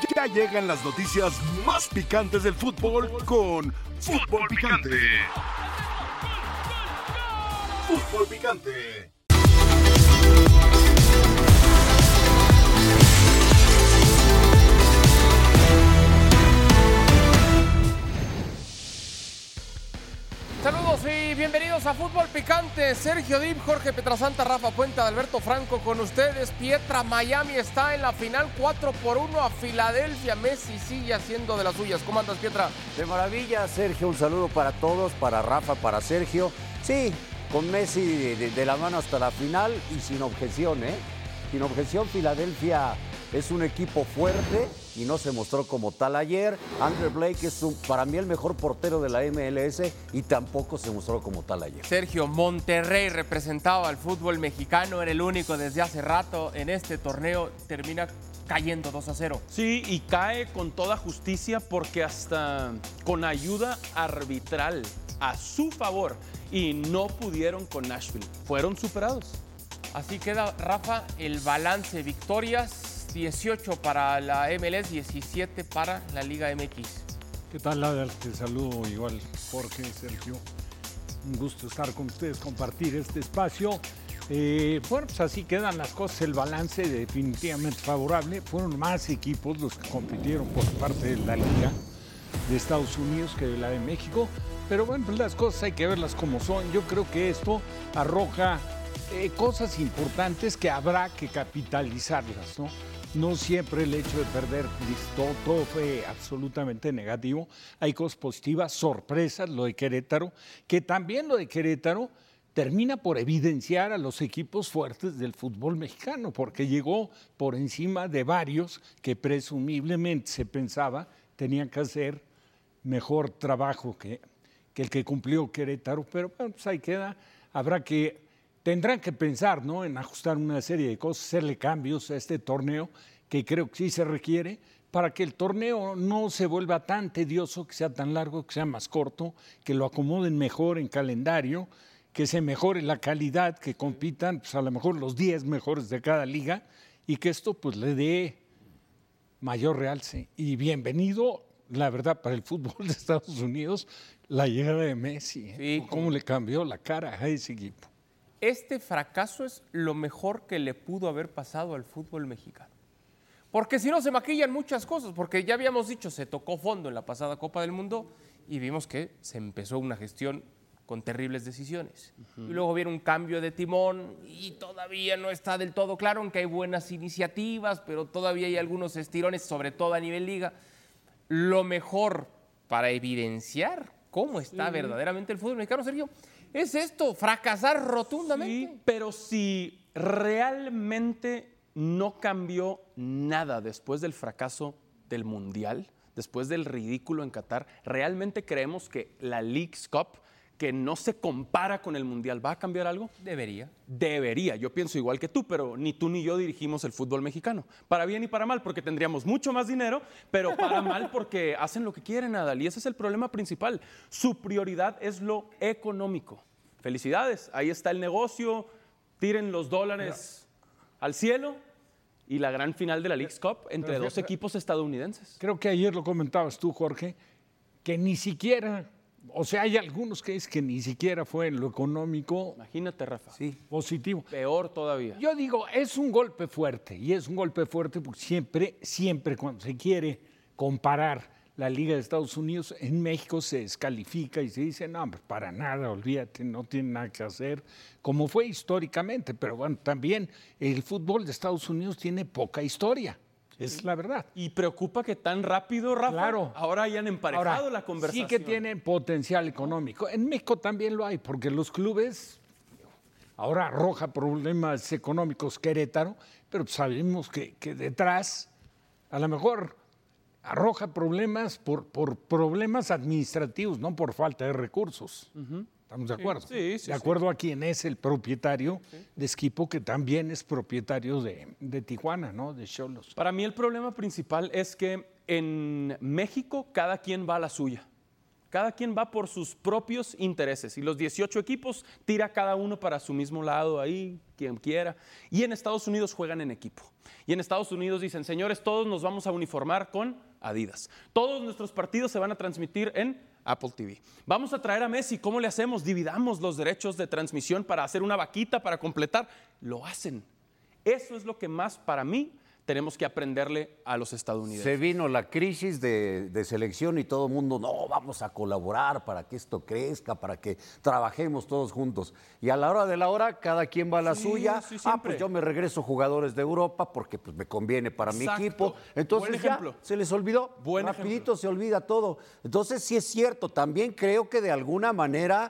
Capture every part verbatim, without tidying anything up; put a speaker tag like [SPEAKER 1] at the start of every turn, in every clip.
[SPEAKER 1] Ya llegan las noticias más picantes del fútbol con Fútbol Picante. Fútbol Picante.
[SPEAKER 2] Saludos y bienvenidos a Fútbol Picante. Sergio Dip, Jorge Petrasanta, Rafa Puente, Alberto Franco con ustedes. Pietra, Miami está en la final cuatro por uno a Filadelfia. Messi sigue haciendo de las suyas. ¿Cómo andas, Pietra?
[SPEAKER 3] De maravilla, Sergio. Un saludo para todos, para Rafa, para Sergio. Sí, con Messi de, de, de la mano hasta la final y sin objeción, ¿eh? Sin objeción, Filadelfia es un equipo fuerte y no se mostró como tal ayer. Andre Blake es un, para mí el mejor portero de la M L S y tampoco se mostró como tal ayer.
[SPEAKER 2] Sergio, Monterrey representaba al fútbol mexicano, era el único desde hace rato en este torneo, termina cayendo dos a cero.
[SPEAKER 4] Sí, y cae con toda justicia porque hasta con ayuda arbitral a su favor y no pudieron con Nashville, fueron superados.
[SPEAKER 2] Así queda, Rafa, el balance: victorias dieciocho para la M L S, diecisiete para la Liga M X.
[SPEAKER 5] ¿Qué tal, Adal? Te saludo igual, Jorge, Sergio. Un gusto estar con ustedes, compartir este espacio. Eh, bueno, pues así quedan las cosas, el balance definitivamente favorable. Fueron más equipos los que compitieron por parte de la Liga de Estados Unidos que de la de México. Pero bueno, pues las cosas hay que verlas como son. Yo creo que esto arroja eh, cosas importantes que habrá que capitalizarlas, ¿no? No siempre el hecho de perder, todo, todo fue absolutamente negativo. Hay cosas positivas, sorpresas, lo de Querétaro, que también lo de Querétaro termina por evidenciar a los equipos fuertes del fútbol mexicano, porque llegó por encima de varios que presumiblemente se pensaba tenían que hacer mejor trabajo que, que el que cumplió Querétaro. Pero bueno, pues ahí queda, habrá que... Tendrán que pensar, ¿no?, en ajustar una serie de cosas, hacerle cambios a este torneo, que creo que sí se requiere, para que el torneo no se vuelva tan tedioso, que sea tan largo, que sea más corto, que lo acomoden mejor en calendario, que se mejore la calidad, que compitan pues, a lo mejor los diez mejores de cada liga, y que esto pues le dé mayor realce. Y bienvenido, la verdad, para el fútbol de Estados Unidos, la llegada de Messi. ¿eh?
[SPEAKER 2] Sí,
[SPEAKER 5] ¿Cómo le cambió la cara a ese equipo?
[SPEAKER 2] Este fracaso es lo mejor que le pudo haber pasado al fútbol mexicano. Porque si no se maquillan muchas cosas, porque ya habíamos dicho, se tocó fondo en la pasada Copa del Mundo y vimos que se empezó una gestión con terribles decisiones. Uh-huh. Y luego viene un cambio de timón y todavía no está del todo claro, aunque hay buenas iniciativas, pero todavía hay algunos estirones, sobre todo a nivel liga. Lo mejor para evidenciar cómo está uh-huh. verdaderamente el fútbol mexicano, Sergio, es esto, fracasar rotundamente.
[SPEAKER 4] Sí, pero si realmente no cambió nada después del fracaso del Mundial, después del ridículo en Qatar, ¿realmente creemos que la Leagues Cup, que no se compara con el Mundial, va a cambiar algo?
[SPEAKER 2] Debería.
[SPEAKER 4] Debería, yo pienso igual que tú, pero ni tú ni yo dirigimos el fútbol mexicano. Para bien y para mal, porque tendríamos mucho más dinero, pero para mal porque hacen lo que quieren, Adal, y ese es el problema principal. Su prioridad es lo económico. Felicidades, ahí está el negocio, tiren los dólares al cielo y la gran final de la Leagues Cup entre dos equipos estadounidenses.
[SPEAKER 5] Creo que ayer lo comentabas tú, Jorge, que ni siquiera... O sea, hay algunos que es que ni siquiera fue en lo económico.
[SPEAKER 4] Imagínate, Rafa.
[SPEAKER 5] Sí, positivo.
[SPEAKER 4] Peor todavía.
[SPEAKER 5] Yo digo, es un golpe fuerte, y es un golpe fuerte porque siempre, siempre cuando se quiere comparar la Liga de Estados Unidos, en México se descalifica y se dice, no, pues para nada, olvídate, no tiene nada que hacer, como fue históricamente. Pero bueno, también el fútbol de Estados Unidos tiene poca historia. Es la verdad.
[SPEAKER 4] Y preocupa que tan rápido, Rafa,
[SPEAKER 5] claro.
[SPEAKER 4] ahora hayan emparejado
[SPEAKER 5] ahora,
[SPEAKER 4] la conversación.
[SPEAKER 5] Sí que tienen potencial económico. En México también lo hay, porque los clubes, ahora arroja problemas económicos Querétaro, pero sabemos que, que detrás, a lo mejor arroja problemas por, por problemas administrativos, no por falta de recursos. Uh-huh. ¿Estamos de acuerdo?
[SPEAKER 4] Sí, sí,
[SPEAKER 5] de acuerdo
[SPEAKER 4] sí.
[SPEAKER 5] a quién es el propietario sí. de Esquipo, que también es propietario de, de Tijuana, ¿no? De Xolos.
[SPEAKER 4] Para mí el problema principal es que en México cada quien va a la suya. Cada quien va por sus propios intereses y los dieciocho equipos tira cada uno para su mismo lado ahí, quien quiera. Y en Estados Unidos juegan en equipo. Y en Estados Unidos dicen, señores, todos nos vamos a uniformar con Adidas. Todos nuestros partidos se van a transmitir en Apple T V. Vamos a traer a Messi. ¿Cómo le hacemos? Dividamos los derechos de transmisión para hacer una vaquita, para completar. Lo hacen. Eso es lo que más para mí tenemos que aprenderle a los estadounidenses.
[SPEAKER 3] Se vino la crisis de, de selección y todo el mundo, no, vamos a colaborar para que esto crezca, para que trabajemos todos juntos. Y a la hora de la hora, cada quien va a la
[SPEAKER 4] Sí,
[SPEAKER 3] suya.
[SPEAKER 4] sí,
[SPEAKER 3] ah,
[SPEAKER 4] siempre.
[SPEAKER 3] pues yo me regreso jugadores de Europa porque pues, me conviene para
[SPEAKER 4] Exacto.
[SPEAKER 3] mi equipo. Entonces
[SPEAKER 4] Buen
[SPEAKER 3] ya
[SPEAKER 4] ejemplo.
[SPEAKER 3] se les olvidó.
[SPEAKER 4] Buen
[SPEAKER 3] Rapidito
[SPEAKER 4] ejemplo.
[SPEAKER 3] se olvida todo. Entonces sí es cierto, también creo que de alguna manera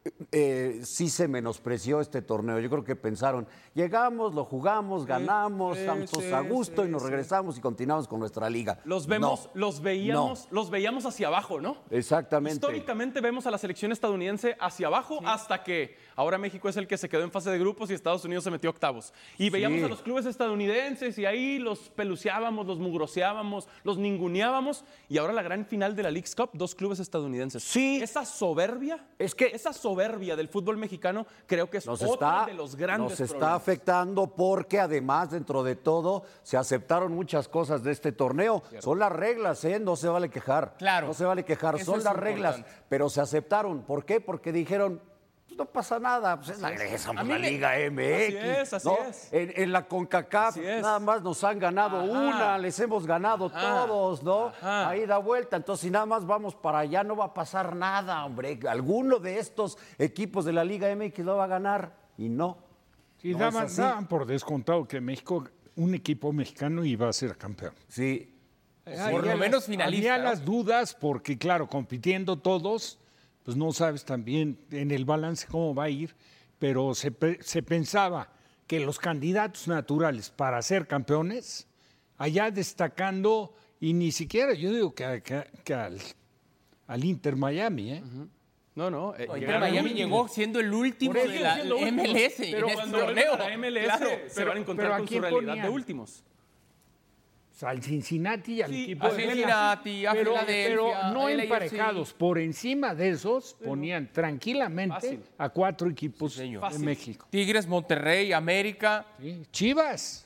[SPEAKER 3] eh, sí se menospreció este torneo. Yo creo que pensaron, llegamos, lo jugamos, ganamos,
[SPEAKER 4] sí,
[SPEAKER 3] estamos
[SPEAKER 4] sí,
[SPEAKER 3] a gusto
[SPEAKER 4] sí,
[SPEAKER 3] y nos
[SPEAKER 4] sí.
[SPEAKER 3] regresamos y continuamos con nuestra liga.
[SPEAKER 4] Los vemos,
[SPEAKER 3] No.
[SPEAKER 4] los veíamos, los veíamos hacia abajo, ¿no?
[SPEAKER 3] Exactamente.
[SPEAKER 4] Históricamente vemos a la selección estadounidense hacia abajo hasta que ahora México es el que se quedó en fase de grupos y Estados Unidos se metió a octavos. Y veíamos
[SPEAKER 3] Sí.
[SPEAKER 4] a los clubes estadounidenses y ahí los peluceábamos, los mugroseábamos, los ninguneábamos y ahora la gran final de la Leagues Cup, dos clubes estadounidenses.
[SPEAKER 3] Sí.
[SPEAKER 4] Esa soberbia,
[SPEAKER 3] Es que-
[SPEAKER 4] esa soberbia del fútbol mexicano creo que es
[SPEAKER 3] Nos
[SPEAKER 4] otro
[SPEAKER 3] está,
[SPEAKER 4] de los grandes
[SPEAKER 3] nos está
[SPEAKER 4] problemas.
[SPEAKER 3] afectando porque además dentro de todo se aceptaron muchas cosas de este torneo. Son las reglas, ¿eh? No se vale quejar.
[SPEAKER 2] Claro.
[SPEAKER 3] No se vale quejar,
[SPEAKER 2] Eso
[SPEAKER 3] son
[SPEAKER 2] es
[SPEAKER 3] las reglas,
[SPEAKER 2] importante.
[SPEAKER 3] pero se aceptaron. ¿Por qué? Porque dijeron, pues no pasa nada, pues es la, somos
[SPEAKER 2] A mí
[SPEAKER 3] la
[SPEAKER 2] me-
[SPEAKER 3] Liga M X.
[SPEAKER 4] Así es, así
[SPEAKER 3] ¿no?
[SPEAKER 4] es.
[SPEAKER 3] En, en la CONCACAF
[SPEAKER 4] Así es.
[SPEAKER 3] nada más nos han ganado
[SPEAKER 4] Ajá.
[SPEAKER 3] una, les hemos ganado
[SPEAKER 4] Ajá.
[SPEAKER 3] todos, ¿no?
[SPEAKER 4] Ajá.
[SPEAKER 3] Ahí da vuelta, entonces si nada más vamos para allá no va a pasar nada, hombre. Alguno de estos equipos de la Liga M X lo va a ganar y no.
[SPEAKER 5] Sí,
[SPEAKER 3] No
[SPEAKER 5] daban,
[SPEAKER 3] es así.
[SPEAKER 5] daban por descontado que México, un equipo mexicano iba a ser campeón.
[SPEAKER 3] Sí,
[SPEAKER 2] Por
[SPEAKER 5] Había
[SPEAKER 2] lo
[SPEAKER 5] las-
[SPEAKER 2] menos finalista.
[SPEAKER 5] Había
[SPEAKER 2] ¿no?
[SPEAKER 5] las dudas porque, claro, compitiendo todos, pues no sabes también en el balance cómo va a ir, pero se, pe- se pensaba que los candidatos naturales para ser campeones, allá destacando, y ni siquiera yo digo que, a- que a- que al, al Inter Miami, ¿eh?
[SPEAKER 4] No, no. eh,
[SPEAKER 2] Oye,
[SPEAKER 4] llegaron
[SPEAKER 2] Miami
[SPEAKER 4] últimos.
[SPEAKER 2] llegó siendo el último
[SPEAKER 4] Por eso
[SPEAKER 2] de
[SPEAKER 4] siguen
[SPEAKER 2] la
[SPEAKER 4] siendo últimos.
[SPEAKER 2] M L S
[SPEAKER 4] Pero
[SPEAKER 2] en este
[SPEAKER 4] cuando
[SPEAKER 2] torneo.
[SPEAKER 4] vuelvan a la M L S
[SPEAKER 2] Claro.
[SPEAKER 4] se van a encontrar
[SPEAKER 5] pero ¿a
[SPEAKER 4] con su
[SPEAKER 5] quién
[SPEAKER 4] realidad
[SPEAKER 5] ponían?
[SPEAKER 4] de últimos.
[SPEAKER 5] O sea, al Cincinnati y al
[SPEAKER 4] Sí,
[SPEAKER 5] equipo
[SPEAKER 2] a
[SPEAKER 5] de
[SPEAKER 2] Cincinnati, a
[SPEAKER 5] pero,
[SPEAKER 2] Filadelfia,
[SPEAKER 5] pero no
[SPEAKER 2] a L A F C.
[SPEAKER 5] emparejados. Por encima de esos ponían tranquilamente
[SPEAKER 4] Fácil.
[SPEAKER 5] a cuatro equipos
[SPEAKER 2] Sí, señor.
[SPEAKER 5] de
[SPEAKER 4] Fácil.
[SPEAKER 5] México.
[SPEAKER 2] Tigres, Monterrey, América.
[SPEAKER 5] Sí, Chivas.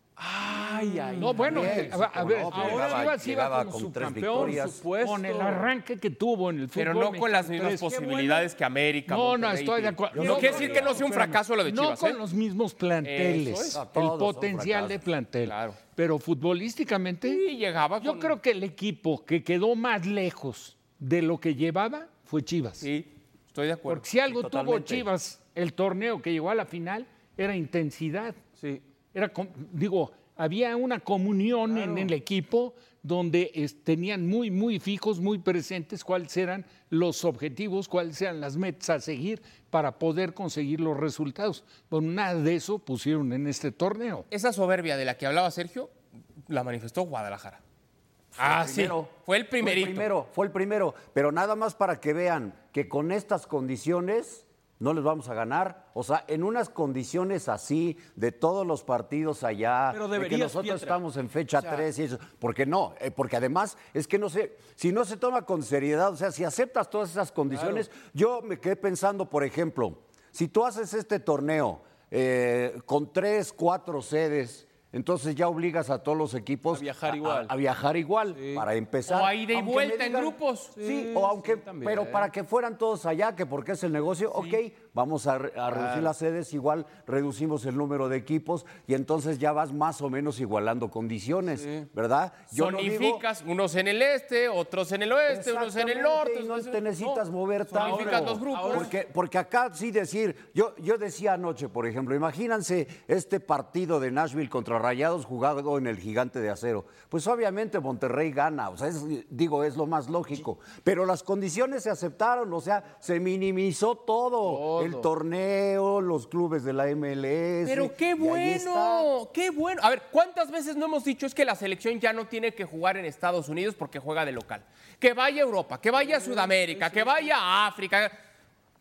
[SPEAKER 4] Ay, ay.
[SPEAKER 5] No, bueno,
[SPEAKER 3] También,
[SPEAKER 5] a, a
[SPEAKER 3] sí,
[SPEAKER 5] ver,
[SPEAKER 3] no,
[SPEAKER 5] ahora
[SPEAKER 3] llegaba-
[SPEAKER 5] Chivas iba
[SPEAKER 3] llegaba
[SPEAKER 5] como
[SPEAKER 3] con
[SPEAKER 5] su
[SPEAKER 3] tres
[SPEAKER 5] campeón,
[SPEAKER 3] victorias.
[SPEAKER 4] supuesto.
[SPEAKER 5] con el arranque que tuvo en el fútbol
[SPEAKER 2] Pero no con las
[SPEAKER 5] mexicano.
[SPEAKER 2] mismas
[SPEAKER 5] Pero es que,
[SPEAKER 2] posibilidades
[SPEAKER 5] bueno,
[SPEAKER 2] que América.
[SPEAKER 5] No, no,
[SPEAKER 2] Monterrey,
[SPEAKER 5] estoy de
[SPEAKER 2] Tigres.
[SPEAKER 5] acuerdo.
[SPEAKER 2] No, quiere decir que no sea un
[SPEAKER 5] espérame.
[SPEAKER 2] fracaso lo de Chivas.
[SPEAKER 5] No con
[SPEAKER 2] ¿eh?
[SPEAKER 5] los mismos planteles,
[SPEAKER 2] Eso es.
[SPEAKER 3] No,
[SPEAKER 5] el
[SPEAKER 3] todos son
[SPEAKER 5] potencial de
[SPEAKER 3] fracasos.
[SPEAKER 5] plantel.
[SPEAKER 2] Claro.
[SPEAKER 5] Pero futbolísticamente,
[SPEAKER 2] Sí, llegaba
[SPEAKER 5] yo
[SPEAKER 2] con-
[SPEAKER 5] creo que el equipo que quedó más lejos de lo que llevaba fue Chivas.
[SPEAKER 2] Sí, estoy de acuerdo.
[SPEAKER 5] Porque si algo tuvo
[SPEAKER 3] totalmente.
[SPEAKER 5] Chivas, el torneo que llegó a la final, era intensidad.
[SPEAKER 4] Sí.
[SPEAKER 5] Era, com- digo, había una comunión en el equipo donde es- tenían muy, muy fijos, muy presentes cuáles eran los objetivos, cuáles eran las metas a seguir para poder conseguir los resultados. Bueno, nada de eso pusieron en este torneo.
[SPEAKER 2] Esa soberbia de la que hablaba Sergio la manifestó Guadalajara. Ah, sí.
[SPEAKER 3] primero.
[SPEAKER 2] Fue el primerito.
[SPEAKER 3] Fue el primero, fue el primero. Pero nada más para que vean que con estas condiciones no les vamos a ganar. O sea, en unas condiciones así, de todos los partidos allá,
[SPEAKER 4] Pero
[SPEAKER 3] de que
[SPEAKER 4] deberías,
[SPEAKER 3] nosotros
[SPEAKER 4] Pietra.
[SPEAKER 3] estamos en fecha tres y eso. Porque no, eh, porque además es que no sé, si no se toma con seriedad, o sea, si aceptas todas esas condiciones, yo me quedé pensando, por ejemplo, si tú haces este torneo eh, con tres, cuatro sedes, entonces ya obligas a todos los equipos
[SPEAKER 4] A viajar igual.
[SPEAKER 3] a viajar igual para empezar.
[SPEAKER 2] O a ida y
[SPEAKER 3] Aunque
[SPEAKER 2] vuelta
[SPEAKER 3] me
[SPEAKER 2] en
[SPEAKER 3] digan-
[SPEAKER 2] grupos.
[SPEAKER 3] Sí,
[SPEAKER 4] Sí,
[SPEAKER 3] o aunque,
[SPEAKER 4] sí, también.
[SPEAKER 3] pero para que fueran todos allá, que porque es el negocio, ok, vamos a, re- a reducir las sedes, igual reducimos el número de equipos y entonces ya vas más o menos igualando condiciones, ¿verdad? Yo no digo-
[SPEAKER 2] Zonificas, unos en el este, otros en el oeste, unos en el
[SPEAKER 3] Exactamente,
[SPEAKER 2] norte.
[SPEAKER 3] y no
[SPEAKER 2] otros-
[SPEAKER 3] te necesitas
[SPEAKER 2] no,
[SPEAKER 3] mover tanto.
[SPEAKER 2] zonificas los grupos.
[SPEAKER 3] Porque, porque acá sí decir, yo, yo decía anoche, por ejemplo, imagínense este partido de Nashville contra Rayados jugado en el Gigante de Acero. Pues obviamente Monterrey gana, o sea, es- digo, es lo más lógico. Pero las condiciones se aceptaron, o sea, se minimizó todo. El torneo, los clubes de la M L S.
[SPEAKER 2] Pero qué
[SPEAKER 3] y ahí está.
[SPEAKER 2] bueno, qué bueno. A ver, ¿cuántas veces no hemos dicho es que la selección ya no tiene que jugar en Estados Unidos porque juega de local? Que vaya a Europa, que vaya a Sudamérica, que vaya a África.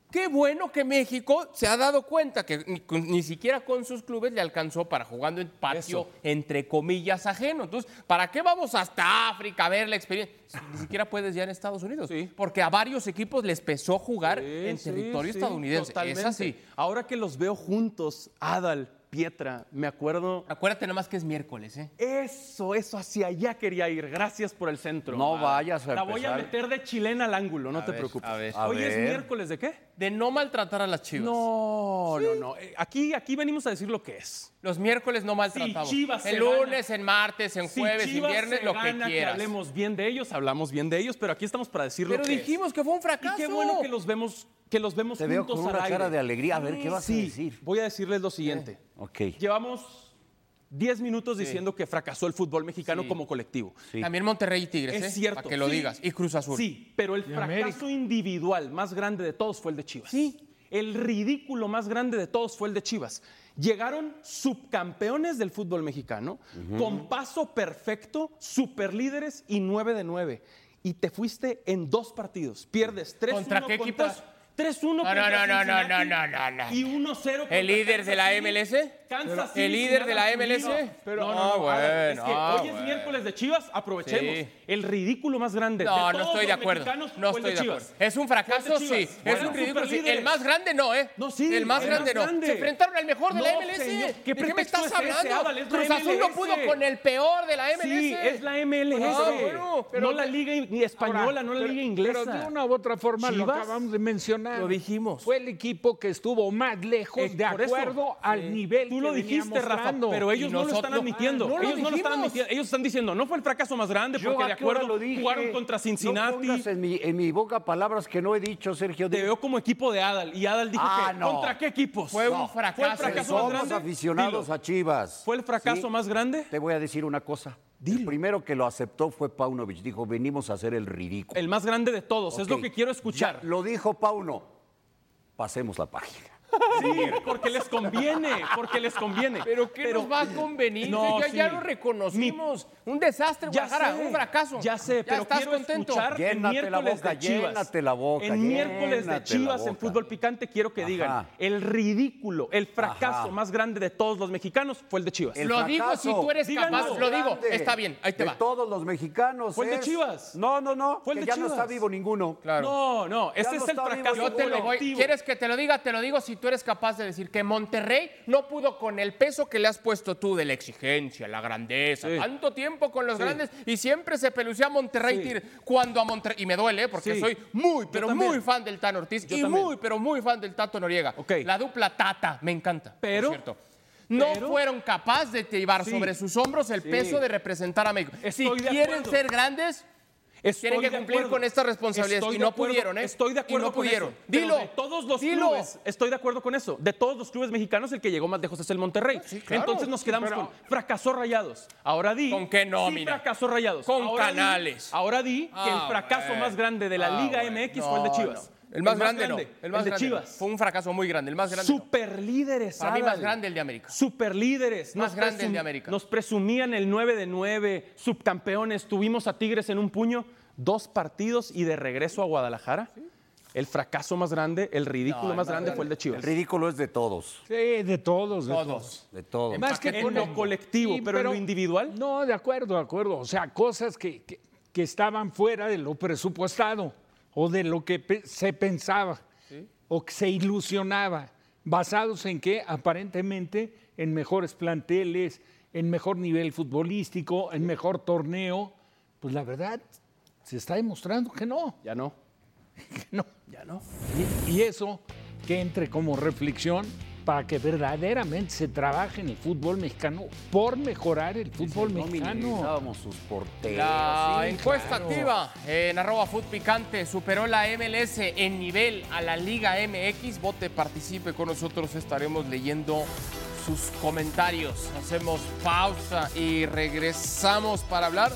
[SPEAKER 2] Qué bueno que México se ha dado cuenta que ni, ni siquiera con sus clubes le alcanzó para jugando en patio,
[SPEAKER 4] Eso.
[SPEAKER 2] entre comillas, ajeno. Entonces, ¿para qué vamos hasta África a ver la experiencia? Si ni siquiera puedes ya en Estados Unidos.
[SPEAKER 4] Sí.
[SPEAKER 2] Porque a varios equipos les pesó jugar
[SPEAKER 4] Sí,
[SPEAKER 2] en
[SPEAKER 4] sí,
[SPEAKER 2] territorio
[SPEAKER 4] sí,
[SPEAKER 2] estadounidense.
[SPEAKER 4] Totalmente.
[SPEAKER 2] Es así.
[SPEAKER 4] Ahora que los veo juntos, Adal, Pietra, me acuerdo.
[SPEAKER 2] Acuérdate nomás que es miércoles, ¿eh?
[SPEAKER 4] Eso, eso, hacia allá quería ir. Gracias por el centro.
[SPEAKER 3] No vayas a
[SPEAKER 4] La voy a
[SPEAKER 3] empezar.
[SPEAKER 4] meter de chilena al ángulo, no
[SPEAKER 2] A
[SPEAKER 4] te
[SPEAKER 2] ver,
[SPEAKER 4] preocupes.
[SPEAKER 2] a ver.
[SPEAKER 3] A
[SPEAKER 4] Hoy es
[SPEAKER 3] ver.
[SPEAKER 4] miércoles, ¿de qué?
[SPEAKER 2] De no maltratar a las Chivas.
[SPEAKER 4] No, no, no. Eh, Aquí, aquí venimos a decir lo que es.
[SPEAKER 2] Los miércoles no maltratamos.
[SPEAKER 4] Chivas se
[SPEAKER 2] en lunes, en martes, en
[SPEAKER 4] Si
[SPEAKER 2] jueves, en
[SPEAKER 4] Chivas
[SPEAKER 2] viernes,
[SPEAKER 4] se
[SPEAKER 2] lo que
[SPEAKER 4] gana,
[SPEAKER 2] quieras.
[SPEAKER 4] hablemos bien de ellos, hablamos bien de ellos, pero aquí estamos para decir
[SPEAKER 2] Pero
[SPEAKER 4] lo que
[SPEAKER 2] dijimos
[SPEAKER 4] es.
[SPEAKER 2] que fue un fracaso.
[SPEAKER 4] Y qué bueno que los vemos, que los vemos
[SPEAKER 3] Te veo
[SPEAKER 4] juntos
[SPEAKER 3] con
[SPEAKER 4] al
[SPEAKER 3] una
[SPEAKER 4] aire.
[SPEAKER 3] cara de alegría. A ver, ¿qué vas a
[SPEAKER 4] Sí,
[SPEAKER 3] decir?
[SPEAKER 4] voy a decirles lo siguiente.
[SPEAKER 3] Ok.
[SPEAKER 4] Llevamos diez minutos diciendo que fracasó el fútbol mexicano
[SPEAKER 2] Sí.
[SPEAKER 4] como colectivo.
[SPEAKER 3] Sí.
[SPEAKER 2] También Monterrey y Tigres,
[SPEAKER 4] Es
[SPEAKER 2] ¿eh?
[SPEAKER 4] cierto.
[SPEAKER 2] Para que lo
[SPEAKER 4] sí.
[SPEAKER 2] digas. Y Cruz Azul.
[SPEAKER 4] Sí, pero el
[SPEAKER 5] Y
[SPEAKER 4] fracaso
[SPEAKER 5] América.
[SPEAKER 4] individual más grande de todos fue el de Chivas.
[SPEAKER 2] Sí.
[SPEAKER 4] El ridículo más grande de todos fue el de Chivas. Llegaron subcampeones del fútbol mexicano, con paso perfecto, superlíderes y nueve de nueve. Y te fuiste en dos partidos. Pierdes tres uno
[SPEAKER 2] ¿Contra qué
[SPEAKER 4] contra-
[SPEAKER 2] equipos?
[SPEAKER 4] tres uno
[SPEAKER 2] No, no,
[SPEAKER 4] contra
[SPEAKER 2] no, no, no,
[SPEAKER 4] Cincinnati
[SPEAKER 2] no, no, no.
[SPEAKER 4] y uno cero contra
[SPEAKER 2] ¿El líder de la
[SPEAKER 4] Kansas
[SPEAKER 2] M L
[SPEAKER 4] City.
[SPEAKER 2] S?
[SPEAKER 4] Kansas City
[SPEAKER 2] ¿El
[SPEAKER 4] sin
[SPEAKER 2] líder de la
[SPEAKER 4] Adam
[SPEAKER 2] M L S?
[SPEAKER 4] Pulido.
[SPEAKER 2] Pero-
[SPEAKER 4] no, no,
[SPEAKER 2] ah,
[SPEAKER 4] no,
[SPEAKER 2] bueno,
[SPEAKER 4] Adam, es que
[SPEAKER 2] ah,
[SPEAKER 4] hoy
[SPEAKER 2] bueno.
[SPEAKER 4] es miércoles de Chivas, aprovechemos.
[SPEAKER 2] Sí.
[SPEAKER 4] El ridículo más grande
[SPEAKER 2] No,
[SPEAKER 4] de
[SPEAKER 2] no
[SPEAKER 4] todos
[SPEAKER 2] estoy de
[SPEAKER 4] los
[SPEAKER 2] acuerdo.
[SPEAKER 4] mexicanos
[SPEAKER 2] No
[SPEAKER 4] fue el
[SPEAKER 2] estoy
[SPEAKER 4] de
[SPEAKER 2] de
[SPEAKER 4] Chivas.
[SPEAKER 2] acuerdo. Es un fracaso,
[SPEAKER 4] Fue el de
[SPEAKER 2] sí.
[SPEAKER 4] Chivas.
[SPEAKER 2] Es
[SPEAKER 4] Fueron
[SPEAKER 2] un ridículo, sí.
[SPEAKER 4] superlíderes.
[SPEAKER 2] El más grande no, ¿eh?
[SPEAKER 4] No, sí,
[SPEAKER 2] El más
[SPEAKER 4] el
[SPEAKER 2] grande
[SPEAKER 4] más
[SPEAKER 2] no.
[SPEAKER 4] grande.
[SPEAKER 2] Se enfrentaron al mejor de la
[SPEAKER 4] No,
[SPEAKER 2] M L S.
[SPEAKER 4] señor, ¿qué
[SPEAKER 2] ¿De qué me
[SPEAKER 4] pretexto
[SPEAKER 2] estás
[SPEAKER 4] es ese,
[SPEAKER 2] hablando?
[SPEAKER 4] Adal? Es la
[SPEAKER 2] Cruz Azul
[SPEAKER 4] M L S.
[SPEAKER 2] no pudo con el peor de la M L S.
[SPEAKER 4] Sí, es la M L S.
[SPEAKER 2] Ah, bueno, pero-
[SPEAKER 4] no la liga in- española, no la
[SPEAKER 5] Pero-
[SPEAKER 4] liga inglesa.
[SPEAKER 5] Pero de una u otra forma lo
[SPEAKER 4] ¿Chivas?
[SPEAKER 5] acabamos de mencionar.
[SPEAKER 2] Lo dijimos.
[SPEAKER 5] Fue el equipo que estuvo más lejos
[SPEAKER 4] Es
[SPEAKER 5] de
[SPEAKER 4] por eso.
[SPEAKER 5] acuerdo al nivel
[SPEAKER 4] Tú
[SPEAKER 5] que
[SPEAKER 4] lo
[SPEAKER 5] venía
[SPEAKER 4] dijiste, Rafa,
[SPEAKER 5] mostrando.
[SPEAKER 4] pero ellos
[SPEAKER 2] Y
[SPEAKER 4] no lo
[SPEAKER 2] nosotros-
[SPEAKER 4] están admitiendo.
[SPEAKER 2] Ah, no lo
[SPEAKER 4] ellos no lo están
[SPEAKER 2] dijimos.
[SPEAKER 4] admitiendo. Ellos están diciendo, no fue el fracaso más grande
[SPEAKER 3] Yo,
[SPEAKER 4] porque
[SPEAKER 3] ¿a
[SPEAKER 4] de
[SPEAKER 3] qué hora
[SPEAKER 4] acuerdo
[SPEAKER 3] lo dije?
[SPEAKER 4] jugaron contra
[SPEAKER 3] No
[SPEAKER 4] Cincinnati.
[SPEAKER 3] pongas en mi, en mi boca palabras que no he dicho, Sergio.
[SPEAKER 4] Te veo como equipo de Adal y Adal dijo
[SPEAKER 3] Ah,
[SPEAKER 4] que
[SPEAKER 3] no.
[SPEAKER 4] ¿contra qué equipos?
[SPEAKER 2] Fue un
[SPEAKER 4] No.
[SPEAKER 2] fracaso.
[SPEAKER 4] ¿Fue el fracaso más
[SPEAKER 3] Somos
[SPEAKER 4] grande?
[SPEAKER 3] aficionados
[SPEAKER 4] Dilo.
[SPEAKER 3] a Chivas.
[SPEAKER 4] ¿Fue el fracaso
[SPEAKER 3] Sí.
[SPEAKER 4] más grande?
[SPEAKER 3] Te voy a decir una cosa. El primero que lo aceptó fue Paunovic. Dijo, venimos a hacer el ridículo.
[SPEAKER 4] El más grande de todos, es
[SPEAKER 3] Ok.
[SPEAKER 4] lo que quiero escuchar.
[SPEAKER 3] Ya lo dijo Pauno. Pasemos la página.
[SPEAKER 4] Sí, porque les conviene, porque les conviene.
[SPEAKER 2] ¿Pero qué nos va a convenir?
[SPEAKER 4] No,
[SPEAKER 2] ya, ya
[SPEAKER 4] sí.
[SPEAKER 2] lo reconocimos. Un desastre,
[SPEAKER 4] Ya
[SPEAKER 2] Guadalajara,
[SPEAKER 4] sé,
[SPEAKER 2] un fracaso.
[SPEAKER 4] Ya sé, pero
[SPEAKER 2] estás
[SPEAKER 4] quiero
[SPEAKER 2] contento.
[SPEAKER 4] escuchar en
[SPEAKER 3] Llénate la
[SPEAKER 4] miércoles
[SPEAKER 3] boca,
[SPEAKER 4] de Chivas.
[SPEAKER 3] llénate la boca,
[SPEAKER 4] En miércoles de
[SPEAKER 3] llénate la
[SPEAKER 4] Chivas en
[SPEAKER 3] boca.
[SPEAKER 4] Fútbol Picante quiero que
[SPEAKER 3] Ajá.
[SPEAKER 4] digan, el ridículo, el fracaso
[SPEAKER 3] Ajá.
[SPEAKER 4] más grande de todos los mexicanos fue el de Chivas.
[SPEAKER 3] El
[SPEAKER 2] Lo digo
[SPEAKER 3] fracaso.
[SPEAKER 2] si tú eres
[SPEAKER 4] Díganlo.
[SPEAKER 2] capaz. Lo digo,
[SPEAKER 3] Grande
[SPEAKER 2] está bien, ahí te
[SPEAKER 3] de
[SPEAKER 2] va.
[SPEAKER 3] todos los mexicanos.
[SPEAKER 4] Fue el de
[SPEAKER 3] es-
[SPEAKER 4] Chivas.
[SPEAKER 3] No, no, no.
[SPEAKER 4] Fue el
[SPEAKER 3] que
[SPEAKER 4] de
[SPEAKER 3] ya no está
[SPEAKER 4] Chivas.
[SPEAKER 3] vivo ninguno.
[SPEAKER 2] Claro.
[SPEAKER 4] No, no, ese
[SPEAKER 3] no
[SPEAKER 4] es el
[SPEAKER 3] está vivo
[SPEAKER 4] fracaso
[SPEAKER 2] Yo te lo voy.
[SPEAKER 4] colectivo.
[SPEAKER 2] ¿Quieres que te lo diga? Te lo digo si tú eres capaz de decir que Monterrey no pudo con el peso que le has puesto tú de la exigencia, la grandeza,
[SPEAKER 4] Sí.
[SPEAKER 2] tanto tiempo con los
[SPEAKER 4] Sí.
[SPEAKER 2] grandes y siempre se pelucea a Monterrey.
[SPEAKER 4] Sí.
[SPEAKER 2] Tigre. Cuando a Monterrey, y me duele ¿eh? porque
[SPEAKER 4] Sí.
[SPEAKER 2] soy muy, pero
[SPEAKER 4] también.
[SPEAKER 2] muy fan del Tano Ortiz
[SPEAKER 4] Yo
[SPEAKER 2] y
[SPEAKER 4] también.
[SPEAKER 2] muy, pero muy fan del Tato Noriega.
[SPEAKER 4] Ok.
[SPEAKER 2] La dupla Tata, me encanta. por
[SPEAKER 4] Pero-
[SPEAKER 2] cierto. No
[SPEAKER 4] pero-
[SPEAKER 2] fueron capaces de llevar
[SPEAKER 4] Sí.
[SPEAKER 2] sobre sus hombros el
[SPEAKER 4] Sí.
[SPEAKER 2] peso de representar a México.
[SPEAKER 4] Estoy
[SPEAKER 2] si
[SPEAKER 4] de
[SPEAKER 2] quieren
[SPEAKER 4] acuerdo.
[SPEAKER 2] ser grandes,
[SPEAKER 4] Estoy
[SPEAKER 2] tienen que
[SPEAKER 4] de
[SPEAKER 2] cumplir
[SPEAKER 4] acuerdo.
[SPEAKER 2] con estas responsabilidades
[SPEAKER 4] Estoy
[SPEAKER 2] y
[SPEAKER 4] de
[SPEAKER 2] no
[SPEAKER 4] acuerdo-
[SPEAKER 2] pudieron, ¿eh?
[SPEAKER 4] Estoy de acuerdo
[SPEAKER 2] y no
[SPEAKER 4] con
[SPEAKER 2] pudieron.
[SPEAKER 4] eso. Pero
[SPEAKER 2] Dilo.
[SPEAKER 4] de todos los
[SPEAKER 2] dilo.
[SPEAKER 4] clubes, estoy de acuerdo con eso. De todos los clubes mexicanos, el que llegó más lejos es el Monterrey.
[SPEAKER 2] Sí, claro.
[SPEAKER 4] Entonces nos quedamos
[SPEAKER 5] pero-
[SPEAKER 4] con fracasó Rayados. Ahora di.
[SPEAKER 2] ¿Con qué nómina?
[SPEAKER 4] Sí, fracasó Rayados.
[SPEAKER 2] Con
[SPEAKER 4] Ahora di-
[SPEAKER 2] Canales.
[SPEAKER 4] ahora di que
[SPEAKER 2] Ah,
[SPEAKER 4] el fracaso
[SPEAKER 2] bueno.
[SPEAKER 4] más grande de la
[SPEAKER 2] Ah,
[SPEAKER 4] Liga
[SPEAKER 2] bueno.
[SPEAKER 4] M X
[SPEAKER 2] No,
[SPEAKER 4] fue el de Chivas.
[SPEAKER 2] no. El más, grande, no. El más
[SPEAKER 4] de
[SPEAKER 2] grande no.
[SPEAKER 4] Chivas.
[SPEAKER 2] Fue un fracaso muy grande. El más grande. no.
[SPEAKER 4] Superlíderes.
[SPEAKER 2] Para mí más
[SPEAKER 4] Adal.
[SPEAKER 2] grande el de América.
[SPEAKER 4] Superlíderes.
[SPEAKER 2] Más
[SPEAKER 4] Nos
[SPEAKER 2] grande el
[SPEAKER 4] presum-
[SPEAKER 2] de América.
[SPEAKER 4] Nos presumían el nueve de nueve, subcampeones. Tuvimos a Tigres en un puño, dos partidos y de regreso a Guadalajara. El fracaso más grande, el ridículo
[SPEAKER 2] No, el
[SPEAKER 4] más
[SPEAKER 2] más
[SPEAKER 4] grande
[SPEAKER 2] grande.
[SPEAKER 4] fue el de Chivas.
[SPEAKER 3] El ridículo es de todos.
[SPEAKER 5] Sí, de todos, de todos.
[SPEAKER 2] Todos.
[SPEAKER 3] De todos.
[SPEAKER 5] Más que
[SPEAKER 4] En
[SPEAKER 5] con
[SPEAKER 4] lo
[SPEAKER 5] el-
[SPEAKER 4] colectivo,
[SPEAKER 5] Sí,
[SPEAKER 4] pero en lo individual.
[SPEAKER 5] No, de acuerdo, de acuerdo. O sea, cosas que, que- que estaban fuera de lo presupuestado o de lo que pe- se pensaba o que se ilusionaba, basados en que aparentemente en mejores planteles, en mejor nivel futbolístico, en mejor torneo. Pues la verdad, se está demostrando que no,
[SPEAKER 4] Ya no.
[SPEAKER 5] que no.
[SPEAKER 4] Ya no.
[SPEAKER 5] Y, y eso que entre como reflexión para que verdaderamente se trabaje en el fútbol mexicano por mejorar el fútbol
[SPEAKER 3] No
[SPEAKER 5] mexicano.
[SPEAKER 3] minimizábamos sus porteros.
[SPEAKER 2] La
[SPEAKER 3] sí,
[SPEAKER 2] encuesta
[SPEAKER 3] claro.
[SPEAKER 2] activa en arroba Food Picante superó la M L S en nivel a la Liga M X. Vote, participe con nosotros, estaremos leyendo sus comentarios. Hacemos pausa y regresamos para hablar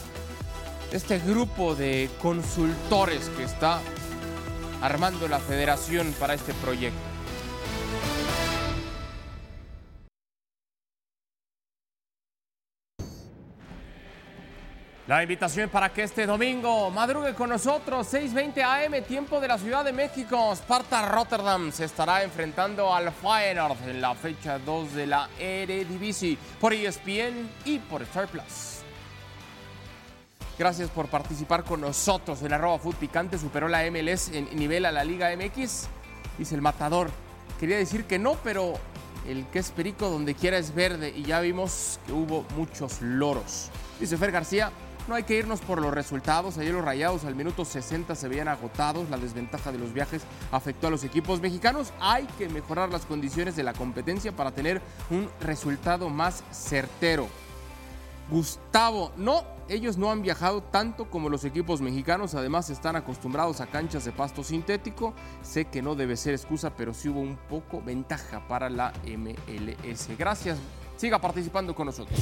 [SPEAKER 2] de este grupo de consultores que está armando la federación para este proyecto. La invitación para que este domingo madrugue con nosotros, seis veinte a eme, tiempo de la Ciudad de México. Sparta Rotterdam se estará enfrentando al Feyenoord en la fecha dos de la Eredivisie por E S P N y por Star Plus. Gracias por participar con nosotros. En arroba Food Picante superó la M L S en nivel a la Liga M X. Dice el matador. Quería decir que no, pero el que es perico donde quiera es verde. Y ya vimos que hubo muchos loros. Dice Fer García. No hay que irnos por los resultados. Ayer los Rayados al minuto sesenta se veían agotados. La desventaja de los viajes afectó a los equipos mexicanos. Hay que mejorar las condiciones de la competencia para tener un resultado más certero. Gustavo, no, ellos no han viajado tanto como los equipos mexicanos. Además están acostumbrados a canchas de pasto sintético. Sé que no debe ser excusa, pero sí hubo un poco ventaja para la M L S. Gracias, siga participando con nosotros.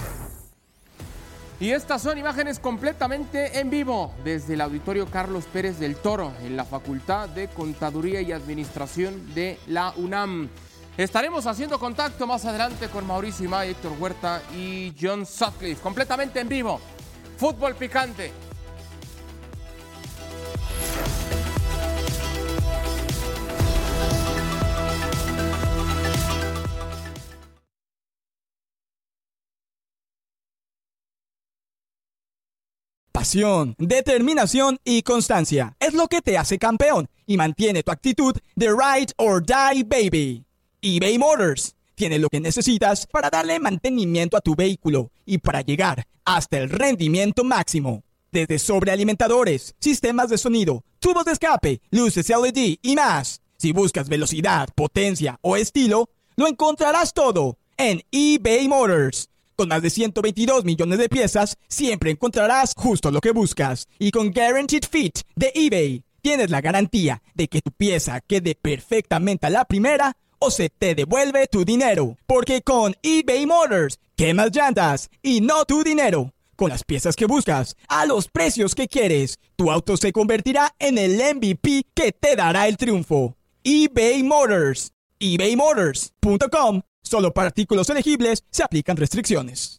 [SPEAKER 2] Y estas son imágenes completamente en vivo desde el Auditorio Carlos Pérez del Toro en la Facultad de Contaduría y Administración de la UNAM. Estaremos haciendo contacto más adelante con Mauricio Imay, Héctor Huerta y John Sutcliffe, completamente en vivo. Fútbol Picante.
[SPEAKER 6] Pasión, determinación y constancia es lo que te hace campeón y mantiene tu actitud de ride or die, baby. eBay Motors tiene lo que necesitas para darle mantenimiento a tu vehículo y para llegar hasta el rendimiento máximo. Desde sobrealimentadores, sistemas de sonido, tubos de escape, luces L E D y más. Si buscas velocidad, potencia o estilo, lo encontrarás todo en eBay Motors. Con más de ciento veintidós millones de piezas, siempre encontrarás justo lo que buscas. Y con Guaranteed Fit de eBay, tienes la garantía de que tu pieza quede perfectamente a la primera o se te devuelve tu dinero. Porque con eBay Motors, quemas llantas y no tu dinero. Con las piezas que buscas, a los precios que quieres, tu auto se convertirá en el M V P que te dará el triunfo. eBay Motors. ebay motors punto com. Solo para artículos elegibles se aplican restricciones.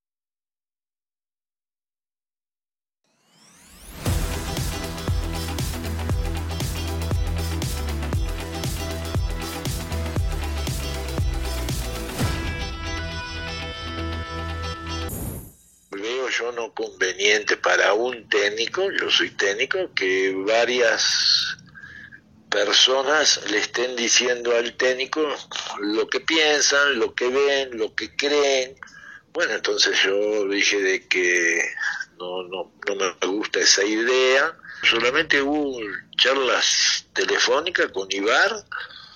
[SPEAKER 7] Veo yo no conveniente para un técnico, yo soy técnico, que varias personas le estén diciendo al técnico lo que piensan, lo que ven, lo que creen. Bueno, entonces yo dije de que no, no, no me gusta esa idea. Solamente hubo charlas telefónicas con Ibar,